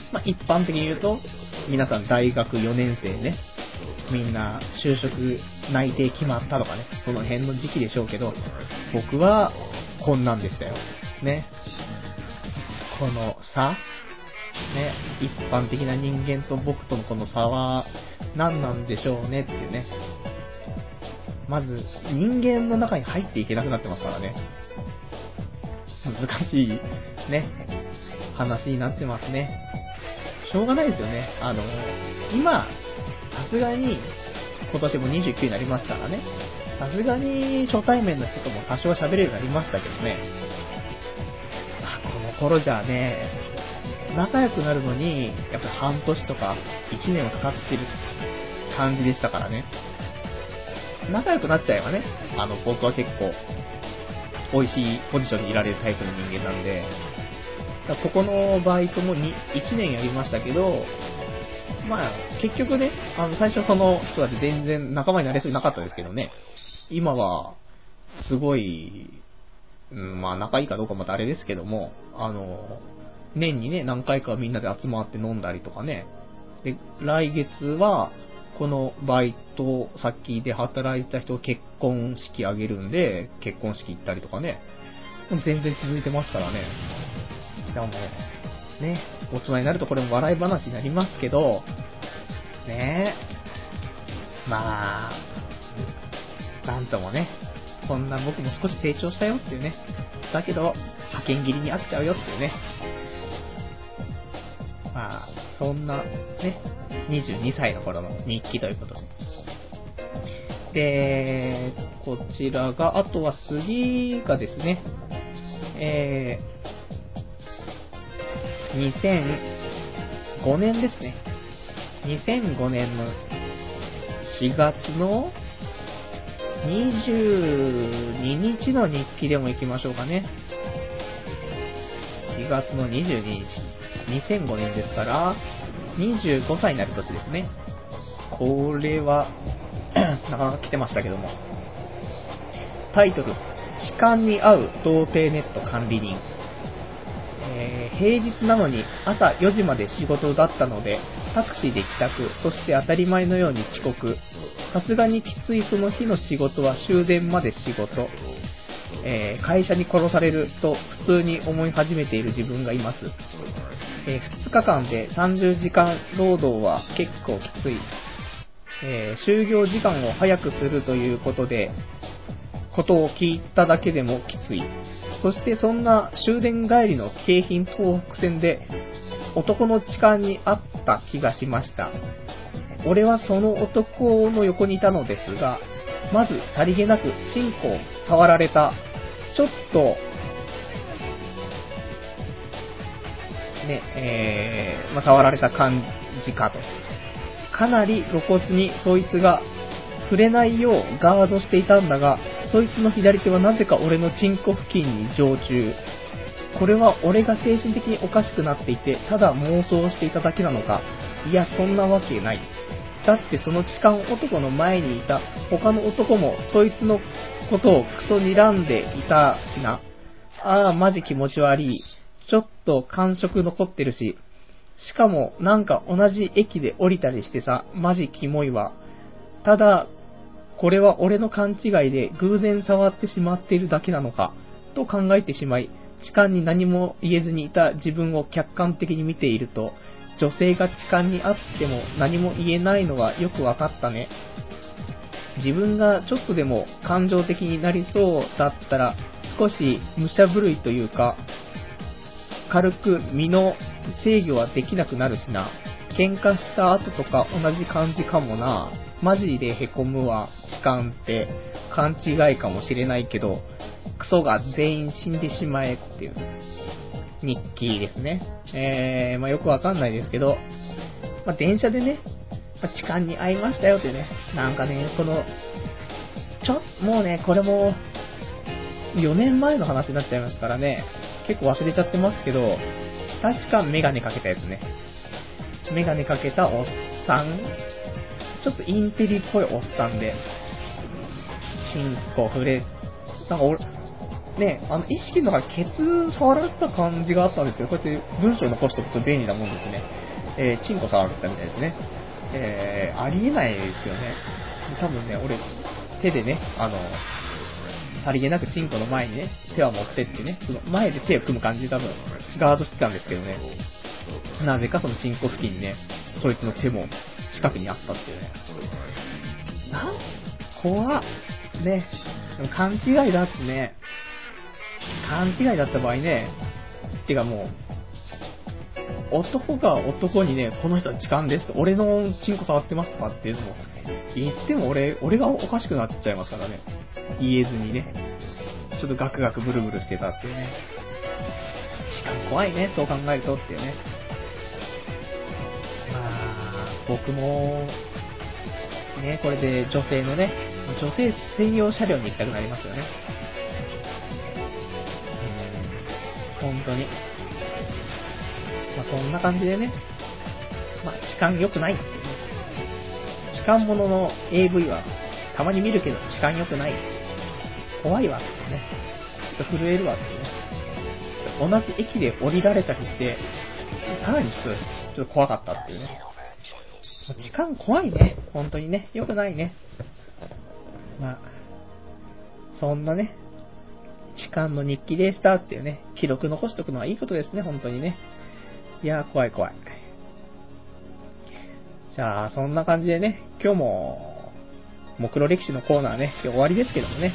まあ、一般的に言うと、皆さん大学よねん生ね、みんな就職内定決まったとかね、その辺の時期でしょうけど、僕はこんなんでしたよ。ね。この差ね、一般的な人間と僕とのこの差は何なんでしょうねっていうね。まず、人間の中に入っていけなくなってますからね。難しいね、話になってますね。しょうがないですよね。あの、今、さすがに、今年もにじゅうきゅうになりましたからね。さすがに初対面の人とも多少喋れるようになりましたけどね。あ、この頃じゃあね、仲良くなるのに、やっぱり半年とかいちねんはかかってる感じでしたからね。仲良くなっちゃえばね、あの、僕は結構、美味しいポジションにいられるタイプの人間なんで、ここのバイトもにいちねんやりましたけど、まあ、結局ね、あの、最初その人だって全然仲間になれそうになかったですけどね、今は、すごい、うん、まあ仲いいかどうかまたあれですけども、あの、年にね、何回かみんなで集まって飲んだりとかね、で、来月は、このバイト先で働いた人結婚式あげるんで、結婚式行ったりとかね、全然続いてますからね。いやもう、ね、大人になるとこれも笑い話になりますけど、ねえ、まあ、なんともね、こんな僕も少し成長したよっていうね、だけど、派遣切りに遭っちゃうよっていうね、まあ、そんなね、にじゅうにさいの頃の日記ということで。で、こちらが、あとは次がですね、えー、にせんごねんですね。にせんごねんのしがつのにじゅうににちの日記でも行きましょうかね。しがつのにじゅうににち、にせんごねんですから、にじゅうごさいになる年ですね。これは、なかなか来てましたけども。タイトル、痴漢に遭う童貞ネット管理人。えー、平日なのに朝よじまで仕事だったので、タクシーで帰宅、そして当たり前のように遅刻。さすがにきついその日の仕事は終電まで仕事。えー、会社に殺されると普通に思い始めている自分がいます。えー、ふつかかんでさんじゅうじかん労働は結構きつい。えー、就業時間を早くするということで、ことを聞いただけでもきつい。そしてそんな終電帰りの京浜東北線で男の痴漢にあった気がしました。俺はその男の横にいたのですが、まずさりげなくチンコを触られた。ちょっとね、えー、まあ、触られた感じかと。かなり露骨にそいつが触れないようガードしていたんだが、そいつの左手はなぜか俺のチンコ付近に常駐。これは俺が精神的におかしくなっていて、ただ妄想していただけなのか。いや、そんなわけない。だってその痴漢男の前にいた他の男もそいつのことをクソ睨んでいたしな。ああ、マジ気持ち悪い。ちょっと感触残ってるし。しかもなんか同じ駅で降りたりしてさ、マジキモいわ。ただ、これは俺の勘違いで偶然触ってしまっているだけなのか、と考えてしまい、痴漢に何も言えずにいた自分を客観的に見ていると、女性が痴漢にあっても何も言えないのはよくわかったね。自分がちょっとでも感情的になりそうだったら、少し武者震いというか、軽く身の制御はできなくなるしな。喧嘩した後とか同じ感じかもな。マジでへこむわ。痴漢って勘違いかもしれないけど、クソが全員死んでしまえっていう日記ですね。えー、まあよくわかんないですけど、まあ電車でね、まあ、痴漢に遭いましたよってね、なんかね、この、ちょ、もうね、これも、よねんまえの話になっちゃいますからね、結構忘れちゃってますけど、確かメガネかけたやつね。メガネかけたおっさん、ちょっとインテリっぽいおっさんで、チンコ触れ、なんか俺、 ね、あの、意識の中でケツ触られた感じがあったんですけど、こうやって文章を残しておくと便利なもんですね。えー、チンコ触られたみたいですね。えー、ありえないですよね。多分ね、俺、手でね、あの、さりげなくチンコの前にね、手は持ってってね、その前で手を組む感じで多分、ガードしてたんですけどね。なぜかそのチンコ付近にね、そいつの手も近くにあったっていうね。なん怖っ。ね。でも勘違いだってね。勘違いだった場合ね。てかもう、男が男にね、この人は痴漢ですと、俺のチンコ触ってますとかっていうのも、言っても俺、俺がおかしくなっちゃいますからね。言えずにね。ちょっとガクガクブルブルしてたっていうね。痴漢怖いね、そう考えるとっていうね。まあ、僕も、ね、これで女性のね、女性専用車両に行きたくなりますよね。うーん、本当に。まあそんな感じでね、まあ痴漢良くないっていうね。痴漢ものの エーブイ はたまに見るけど痴漢良くない。怖いわってね。ちょっと震えるわってね。同じ駅で降りられたりして、さらにちょっと、ちょっと怖かったっていうね。痴漢怖いね。本当にね。良くないね。まあ、そんなね、痴漢の日記でしたっていうね、記録残しとくのはいいことですね、本当にね。いやー、怖い怖い。じゃあ、そんな感じでね、今日も、目論歴史のコーナーね、今日終わりですけどもね。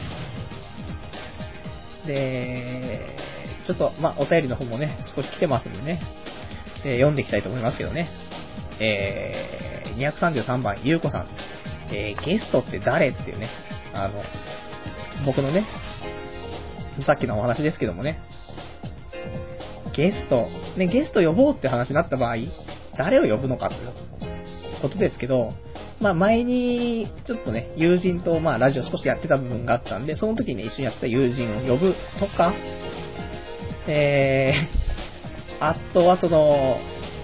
で、ちょっと、まあ、お便りの方もね、少し来てますんでね、えー、読んでいきたいと思いますけどね。えー、にひゃくさんじゅうさんばん、ゆうこさん。えー、ゲストって誰っていうね、あの、僕のね、さっきのお話ですけどもね、ゲスト、ね、ゲスト呼ぼうって話になった場合、誰を呼ぶのかっていうことですけど、まあ前に、ちょっとね、友人とまあラジオ少しやってた部分があったんで、その時に一緒にやってた友人を呼ぶとか、えー、あとはその、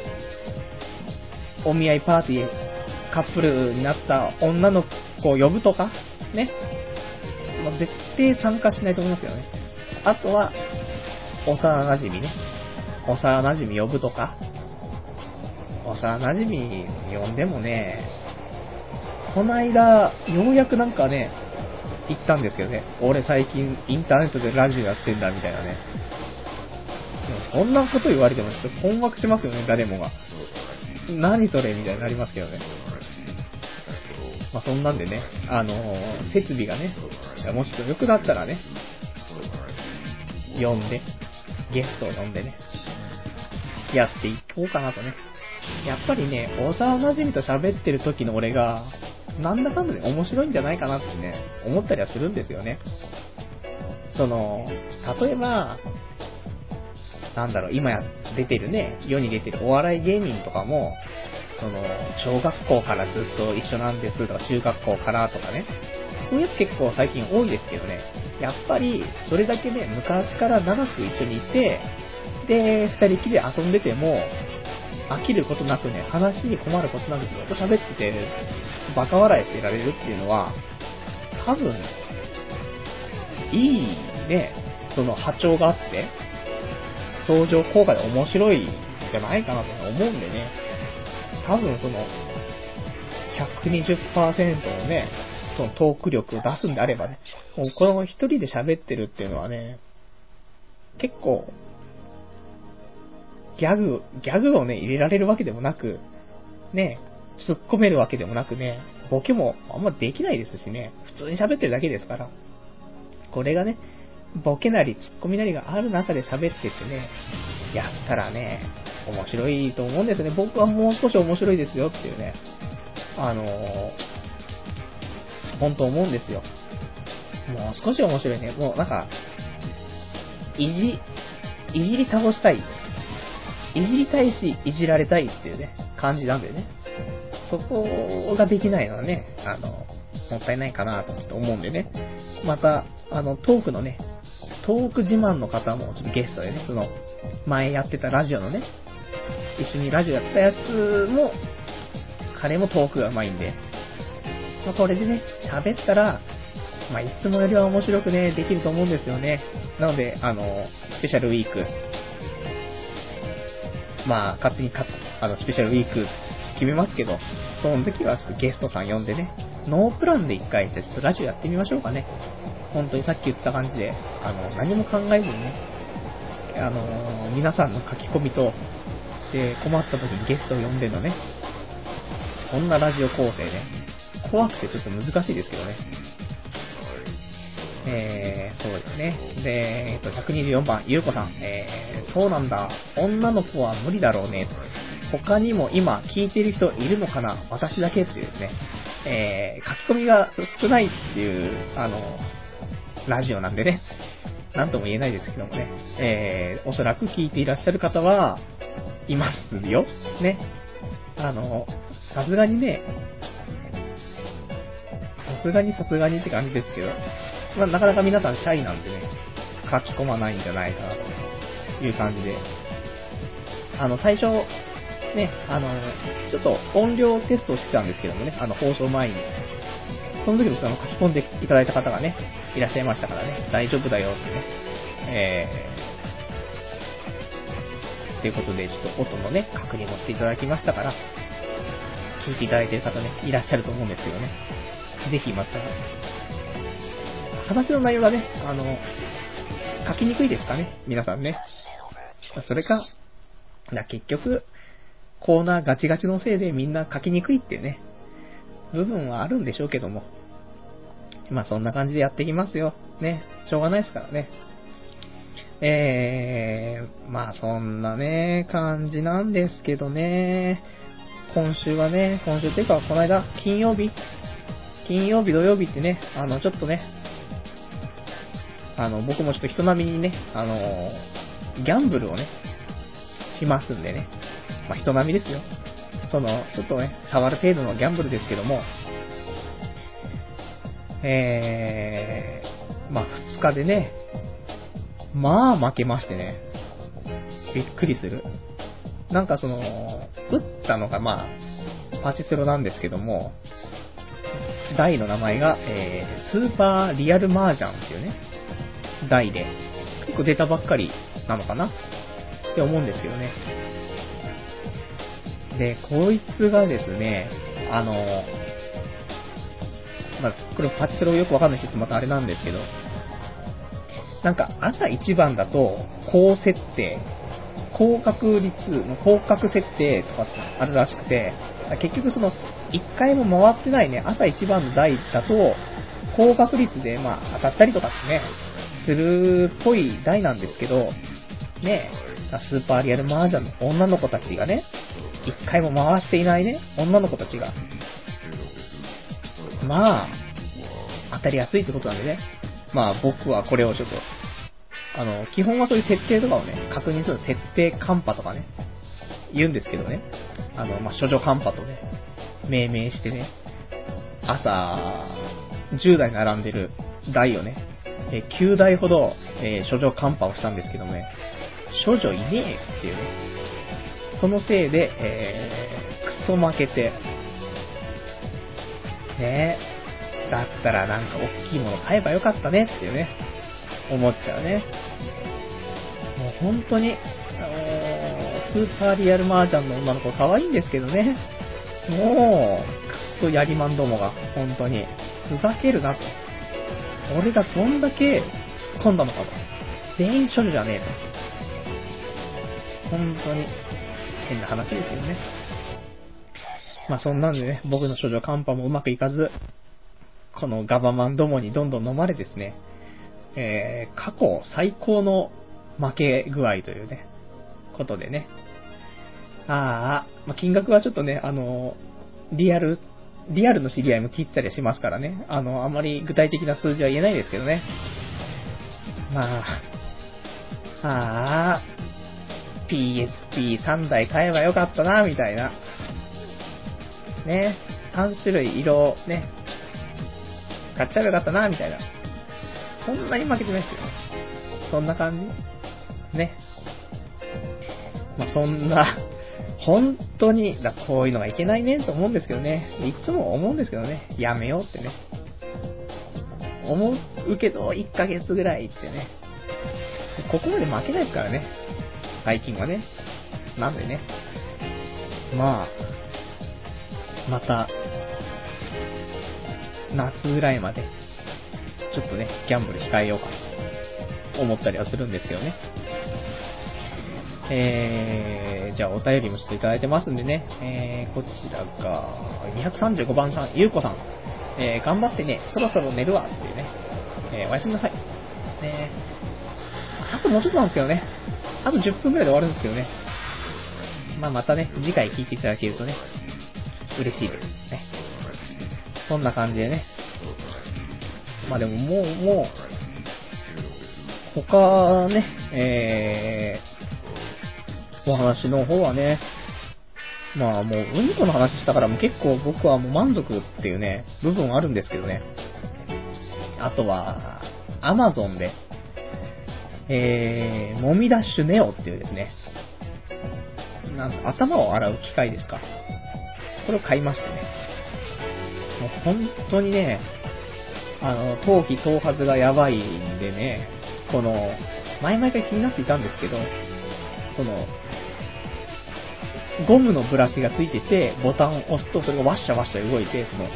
お見合いパーティー、カップルになった女の子を呼ぶとか、ね。まあ、絶対参加しないと思いますけどね。あとは、幼馴染ね。幼馴染呼ぶとか。幼馴染呼んでもね、この間、ようやくなんかね、言ったんですけどね。俺最近インターネットでラジオやってんだみたいなね。でもそんなこと言われてもちょっと困惑しますよね、誰もが。何それみたいになりますけどね。まあそんなんでね、あのー、設備がね、もし良くなったらね、呼んで、ゲストを呼んでね、やっていこうかなとね。やっぱりね、幼馴染と喋ってる時の俺が、なんだかんだで面白いんじゃないかなってね、思ったりはするんですよね。その、例えば、なんだろう、今や出てるね、世に出てるお笑い芸人とかも、その、小学校からずっと一緒なんですとか、中学校からとかね、そういうやつ結構最近多いですけどね、やっぱり、それだけね、昔から長く一緒にいて、で、二人きりで遊んでても、飽きることなくね、話に困ることなくずっと喋ってて、バカ笑いしていられるっていうのは、多分、いいね、その波長があって、相乗効果で面白いんじゃないかなと思うんでね、多分その、ひゃくにじゅっパーセント のね、そのトーク力を出すんであればね、もうこの一人で喋ってるっていうのはね、結構、ギャグ、ギャグをね、入れられるわけでもなく、ね、突っ込めるわけでもなくね、ボケもあんまできないですしね、普通に喋ってるだけですから、これがね、ボケなりツッコミなりがある中で喋ってってね、やったらね、面白いと思うんですよね。僕はもう少し面白いですよっていうね、あのー、本当思うんですよ。もう少し面白いね。もうなんか、いじ、いじり倒したい。いじりたいし、いじられたいっていうね、感じなんでね。そこができないのはね、あの、もったいないかなとちょっと思うんでね。また、あの、トークのね、トーク自慢の方もちょっとゲストでね、その、前やってたラジオのね、一緒にラジオやってたやつも、彼もトークが上手いんで、まあ、これでね、喋ったら、 まあ、いつもよりは面白くね、できると思うんですよね。なので、あの、スペシャルウィーク、まあ、勝手にか、あの、スペシャルウィーク決めますけど、その時はちょっとゲストさん呼んでね、ノープランで一回、じゃあちょっとラジオやってみましょうかね。本当にさっき言った感じで、あの、何も考えずにね、あの、皆さんの書き込みと、で、困った時にゲストを呼んでのね、そんなラジオ構成ね、怖くてちょっと難しいですけどね。えー、そうですね。で、えっと、ひゃくにじゅうよんばん、ゆうこさん、えー、そうなんだ、女の子は無理だろうね。他にも今聞いてる人いるのかな、私だけっていうですね、えー、書き込みが少ないっていう、あの、ラジオなんでね、なんとも言えないですけどもね、えー、おそらく聞いていらっしゃる方はいますよ。ね。あの、さすがにね、さすがにさすがにって感じですけど、まあ、なかなか皆さんシャイなんでね、書き込まないんじゃないかなという感じで、あの、最初、ね、あの、ちょっと音量テストをしてたんですけどもね、あの、放送前に。その時もその書き込んでいただいた方がね、いらっしゃいましたからね、大丈夫だよってね、えー、ということで、ちょっと音のね、確認もしていただきましたから、聞いていただいている方ね、いらっしゃると思うんですけどね、ぜひまた、話の内容がね、あの、書きにくいですかね、皆さんね。それか、だ結局、コーナーガチガチのせいでみんな書きにくいっていうね、部分はあるんでしょうけども。まあそんな感じでやっていきますよ。ね。しょうがないですからね。えー、まあそんなね、感じなんですけどね。今週はね、今週っていうかこの間、金曜日金曜日、土曜日ってね、あの、ちょっとね、あの、僕もちょっと人並みにね、あの、ギャンブルをね、しますんでね。まあ人並みですよ。その、ちょっとね、触る程度のギャンブルですけども、えー、まあふつかでね、まあ負けましてね、びっくりする。なんかその、打ったのがまあ、パチスロなんですけども、台の名前が、えー、スーパーリアルマージャンっていうね、台で、結構出たばっかりなのかなって思うんですけどね。で、こいつがですね、あの、まあ、これパチスロよくわかんない人またあれなんですけど、なんか朝一番だと高設定、高確率の高確設定とかってあるらしくて、結局その一回も回ってないね、朝一番の台だと高確率でまあ当たったりとかってね、するっぽい台なんですけど、ね、スーパーリアルマージャンの女の子たちがね、一回も回していないね、女の子たちが、まあ、当たりやすいってことなんでね。まあ僕はこれをちょっと、あの、基本はそういう設定とかをね、確認する設定カンパとかね、言うんですけどね。あの、まあ、処女カンパとね、命名してね、朝、じゅうだい並んでる台をね、えきゅうだいほど、えー、処女カンパをしたんですけどもね、処女いねえっていうね、そのせいで、えー、クソ負けて、ねえ、だったらなんか大きいもの買えばよかったねっていうね、思っちゃうね。もう本当に、あのー、スーパーリアルマージャンの女の子可愛いんですけどね、もう、クソやりまんどもが、本当に、ふざけるなと。俺がどんだけ突っ込んだのかと。全員処女じゃねえと。本当に、変な話ですよね。まあそんなんでね、僕の処女カンパもうまくいかず、このガバマンどもにどんどん飲まれですね、えー、過去最高の負け具合というね、ことでね。ああ、まあ、金額はちょっとね、あの、リアル、リアルの知り合いも聞いたりしますからね、あの、あまり具体的な数字は言えないですけどね。まあ、ああ、ピーエスピーさん 台買えばよかったな、みたいな。ね、さん種類色ね、買っちゃえばよかったな、みたいな。そんなに負けてないですよ。そんな感じね。まあ、そんな、本当に、だこういうのがいけないねと思うんですけどね。いつも思うんですけどね。やめようってね。 思うけど、いっかげつぐらいってね。ここまで負けないですからね。最近はね。なんでね。まあ、また、夏ぐらいまで、ちょっとね、ギャンブル控えようかと思ったりはするんですけどね。えー、じゃあお便りもちょっといただいてますんでね。えー、こちらが、にひゃくさんじゅうごばんさん、ゆうこさん。えー、頑張ってね、そろそろ寝るわっていうね。えー、おやすみなさい。ね、あともうちょっとなんですけどね。あとじゅっぷんくらいで終わるんですけどね。まあまたね、次回聞いていただけるとね、嬉しいですね。そんな感じでね。まあでももう、もう、他ね、えー、お話の方はね、まあもう、うんこの話したからもう結構僕はもう満足っていうね、部分はあるんですけどね。あとは、アマゾンで、えー、もみダッシュネオっていうですね、なんか頭を洗う機械ですか。これを買いましてね。もう本当にね、あの、頭皮頭髪がやばいんでね、この、前々から気になっていたんですけど、その、ゴムのブラシがついてて、ボタンを押すとそれがワッシャワッシャ動いて、その、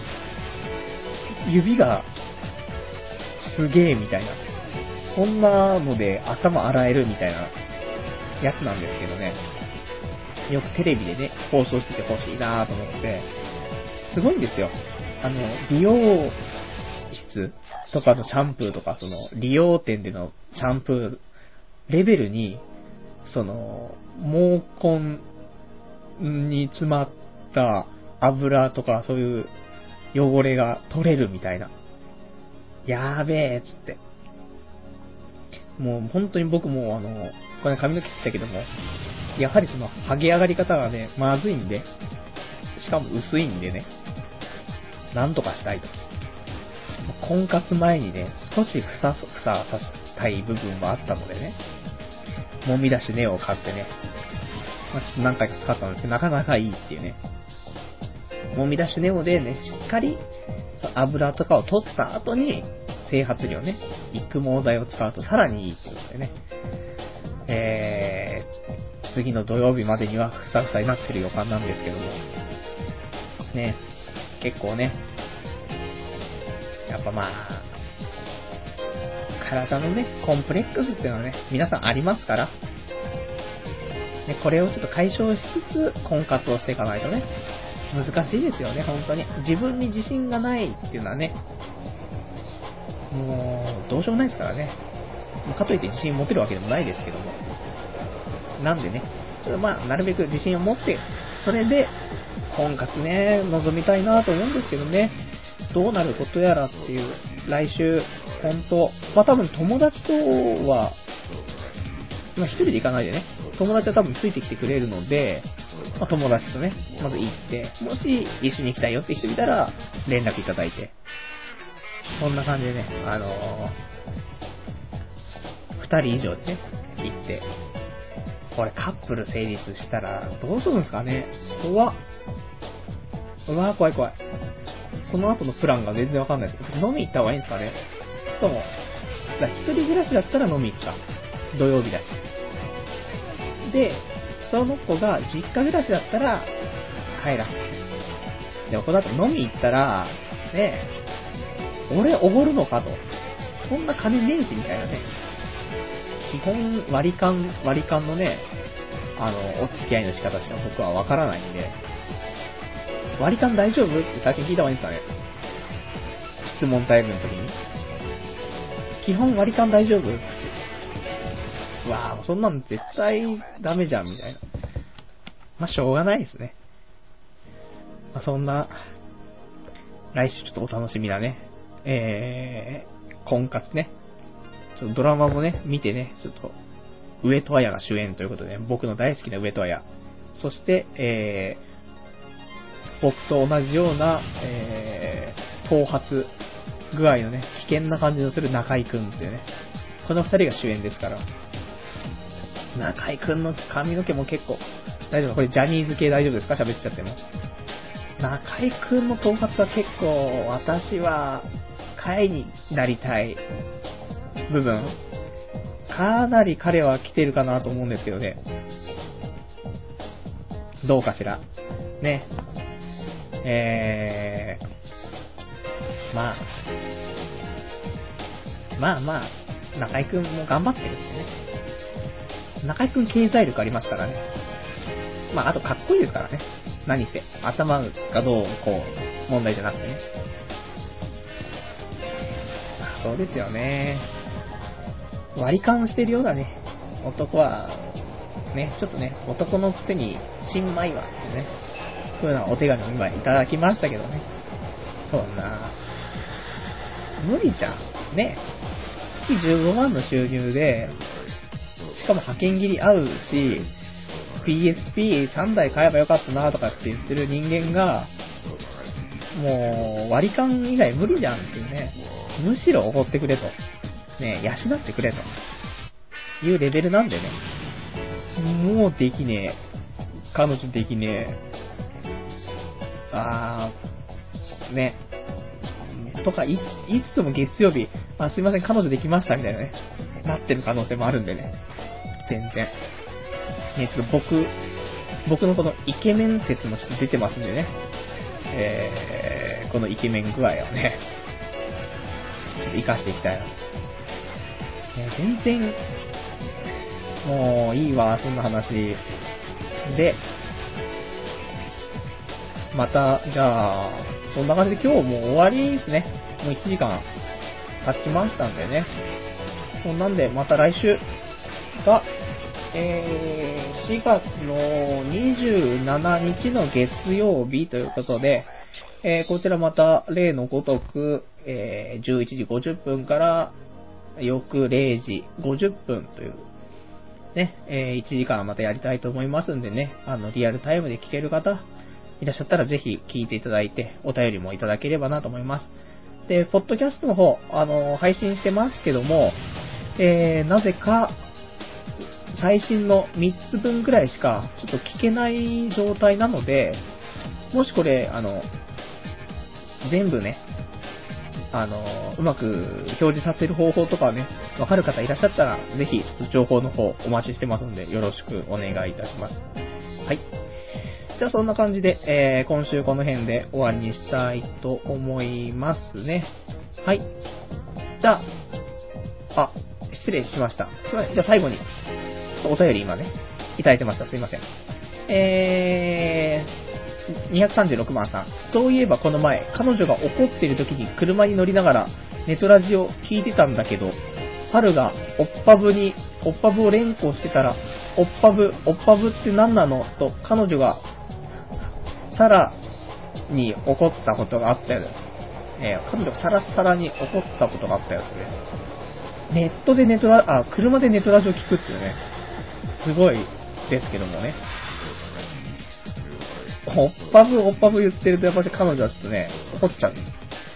指がすげえみたいな、そんなので頭洗えるみたいなやつなんですけどね。よくテレビでね、放送してて欲しいなぁと思って、すごいんですよ。あの、美容室とかのシャンプーとか、その、利用店でのシャンプーレベルに、その、毛根に詰まった油とかそういう汚れが取れるみたいな。やーべえ、つって。もう本当に僕もあの、これ髪の毛切ったけども、やはりその、剥げ上がり方がね、まずいんで、しかも薄いんでね、なんとかしたいと。婚活前にね、少しふさふささせたい部分はあったのでね、もみ出しネオを買ってね、まあ、ちょっと何回か使ったんですけど、なかなかいいっていうね。もみ出しネオでね、しっかり油とかを取った後に、整髪料ね、育毛剤を使うとさらにいいってことでね。えー、次の土曜日までにはふさふさになってる予感なんですけども。ね、結構ね、やっぱまあ、体のね、コンプレックスっていうのはね、皆さんありますから、ね、これをちょっと解消しつつ、婚活をしていかないとね、難しいですよね、本当に。自分に自信がないっていうのはね、もう、どうしようもないですからね。かといって自信持てるわけでもないですけども。なんでね、まあ、なるべく自信を持って、それで、婚活ね、望みたいなと思うんですけどね。どうなることやらっていう、来週、本当まあ多分友達とは、まあ一人で行かないでね、友達は多分ついてきてくれるので、まあ友達とね、まず行って、もし一緒に行きたいよって人いたら、連絡いただいて、そんな感じでね、あのー、二人以上でね、行って、これカップル成立したら、どうするんですかね。怖っ。うわー怖い怖い。その後のプランが全然わかんないです。飲み行った方がいいんですかね。しかも、一人暮らしだったら飲み行くか。土曜日だし。で、その子が実家暮らしだったら、帰らせて。でもこの後飲み行ったら、ねえ、俺おごるのかと。そんな金ねえし、みたいなね。基本割り勘、割り勘のね、あの、お付き合いの仕方しか僕はわからないんで、割り勘大丈夫って最近聞いた方がいいんですかね。質問タイムの時に。基本割り勘大丈夫って。うわぁ、そんなん絶対ダメじゃん、みたいな。まあ、しょうがないですね。まあ、そんな、来週ちょっとお楽しみだね。えー、婚活ね。ちょっとドラマもね、見てね、ちょっと、上戸彩が主演ということで、ね、僕の大好きな上戸彩。そして、えー、僕と同じような、えー、頭髪具合のね、危険な感じのする中井くんっていうね、この二人が主演ですから、中井くんの髪の毛も結構、大丈夫これジャニーズ系大丈夫ですか喋っちゃっても。中井くんの頭髪は結構、私は、 回になりたい部分、かなり彼は来てるかなと思うんですけどね。どうかしら。ね。えー、まあ、まあまあ、中井くんも頑張ってるってね。中井くん経済力ありますからね。まあ、あとかっこいいですからね。何せ。頭がどう、こう、問題じゃなくてね。そうですよね。割り勘してるようだね。男は、ね、ちょっとね、男のくせに、チンマイワってね、そういうのはお手紙を今いただきましたけどね。そんな、無理じゃん。ね。月じゅうごまんの収入で、しかも派遣切り合うし、ピーエスピーさん 台買えばよかったなとかって言ってる人間が、もう割り勘以外無理じゃんっていうね。むしろおごってくれと。ね、養ってくれと。いうレベルなんでね。もうできねえ。彼女できねえ。あー、ね。とかい、いつも月曜日、あ、すいません、彼女できましたみたいなね。なってる可能性もあるんでね。全然。ね、ちょっと僕、僕のこのイケメン説もちょっと出てますんでね。えー、このイケメン具合をね、ちょっと活かしていきたいなと。ね、全然、もういいわ、そんな話。で、また、じゃあ、そんな感じで今日もう終わりですね。もういちじかん経ちましたんでね。そんなんで、また来週が、えー、しがつのにじゅうしちにちの月曜日ということで、えー、こちらまた例のごとく、えー、じゅういちじごじゅっぷんから翌れいじごじゅっぷんというね、えー、いちじかんまたやりたいと思いますんでね、あのリアルタイムで聞ける方いらっしゃったらぜひ聞いていただいてお便りもいただければなと思います。で、ポッドキャストの方、あの配信してますけども、えー、なぜか最新のみっつぶんくらいしかちょっと聞けない状態なので、もしこれ、あの、全部ね、あの、うまく表示させる方法とかね、わかる方いらっしゃったら、ぜひちょっと情報の方お待ちしてますので、よろしくお願いいたします。はい。じゃあそんな感じで、えー、今週この辺で終わりにしたいと思いますね。はい。じゃあ、あ、失礼しました。すいません。じゃあ最後に、お便り今ね、いただいてました。すいません。えー、にひゃくさんじゅうろくまんさん。そういえばこの前、彼女が怒っている時に車に乗りながらネトラジを聞いてたんだけど、春がおっぱぶに、おっぱぶを連呼してたら、おっぱぶ、おっぱぶって何なのと彼女が、さらに怒ったことがあったようです。えー、彼女がさらさらに怒ったことがあったようですね。ネットでネトラ、あ、車でネトラジを聞くっていうね。すごいですけどもね。おっぱぶおっぱぶ言ってるとやっぱり彼女はちょっとね、怒っちゃう。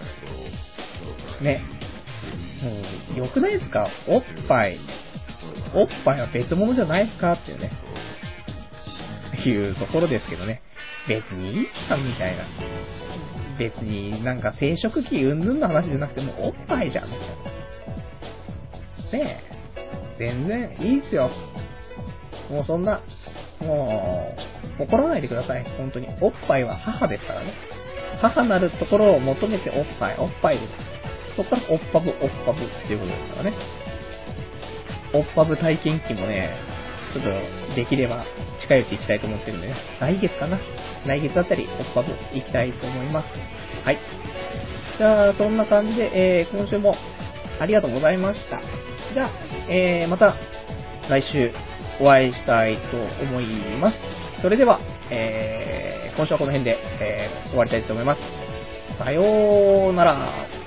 ね。もう、良くないですか？おっぱい。おっぱいは別物じゃないですかっていうね。いうところですけどね。別にいいじゃんみたいな。別になんか生殖器うんぬんの話じゃなくてもおっぱいじゃんみたいな。ねえ。全然いいっすよ。もうそんな、もう、怒らないでください。本当に。おっぱいは母ですからね。母なるところを求めておっぱい、おっぱいです。そこからおっぱぶ、おっぱぶっていうことですからね。おっぱぶ体験記もね、ちょっとできれば近いうち行きたいと思ってるんでね。来月かな。来月あたりおっぱぶ行きたいと思います。はい。じゃあ、そんな感じで、えー、今週もありがとうございました。じゃあ、えー、また来週お会いしたいと思います。それでは、えー、今週はこの辺で、えー、終わりたいと思います。さようなら。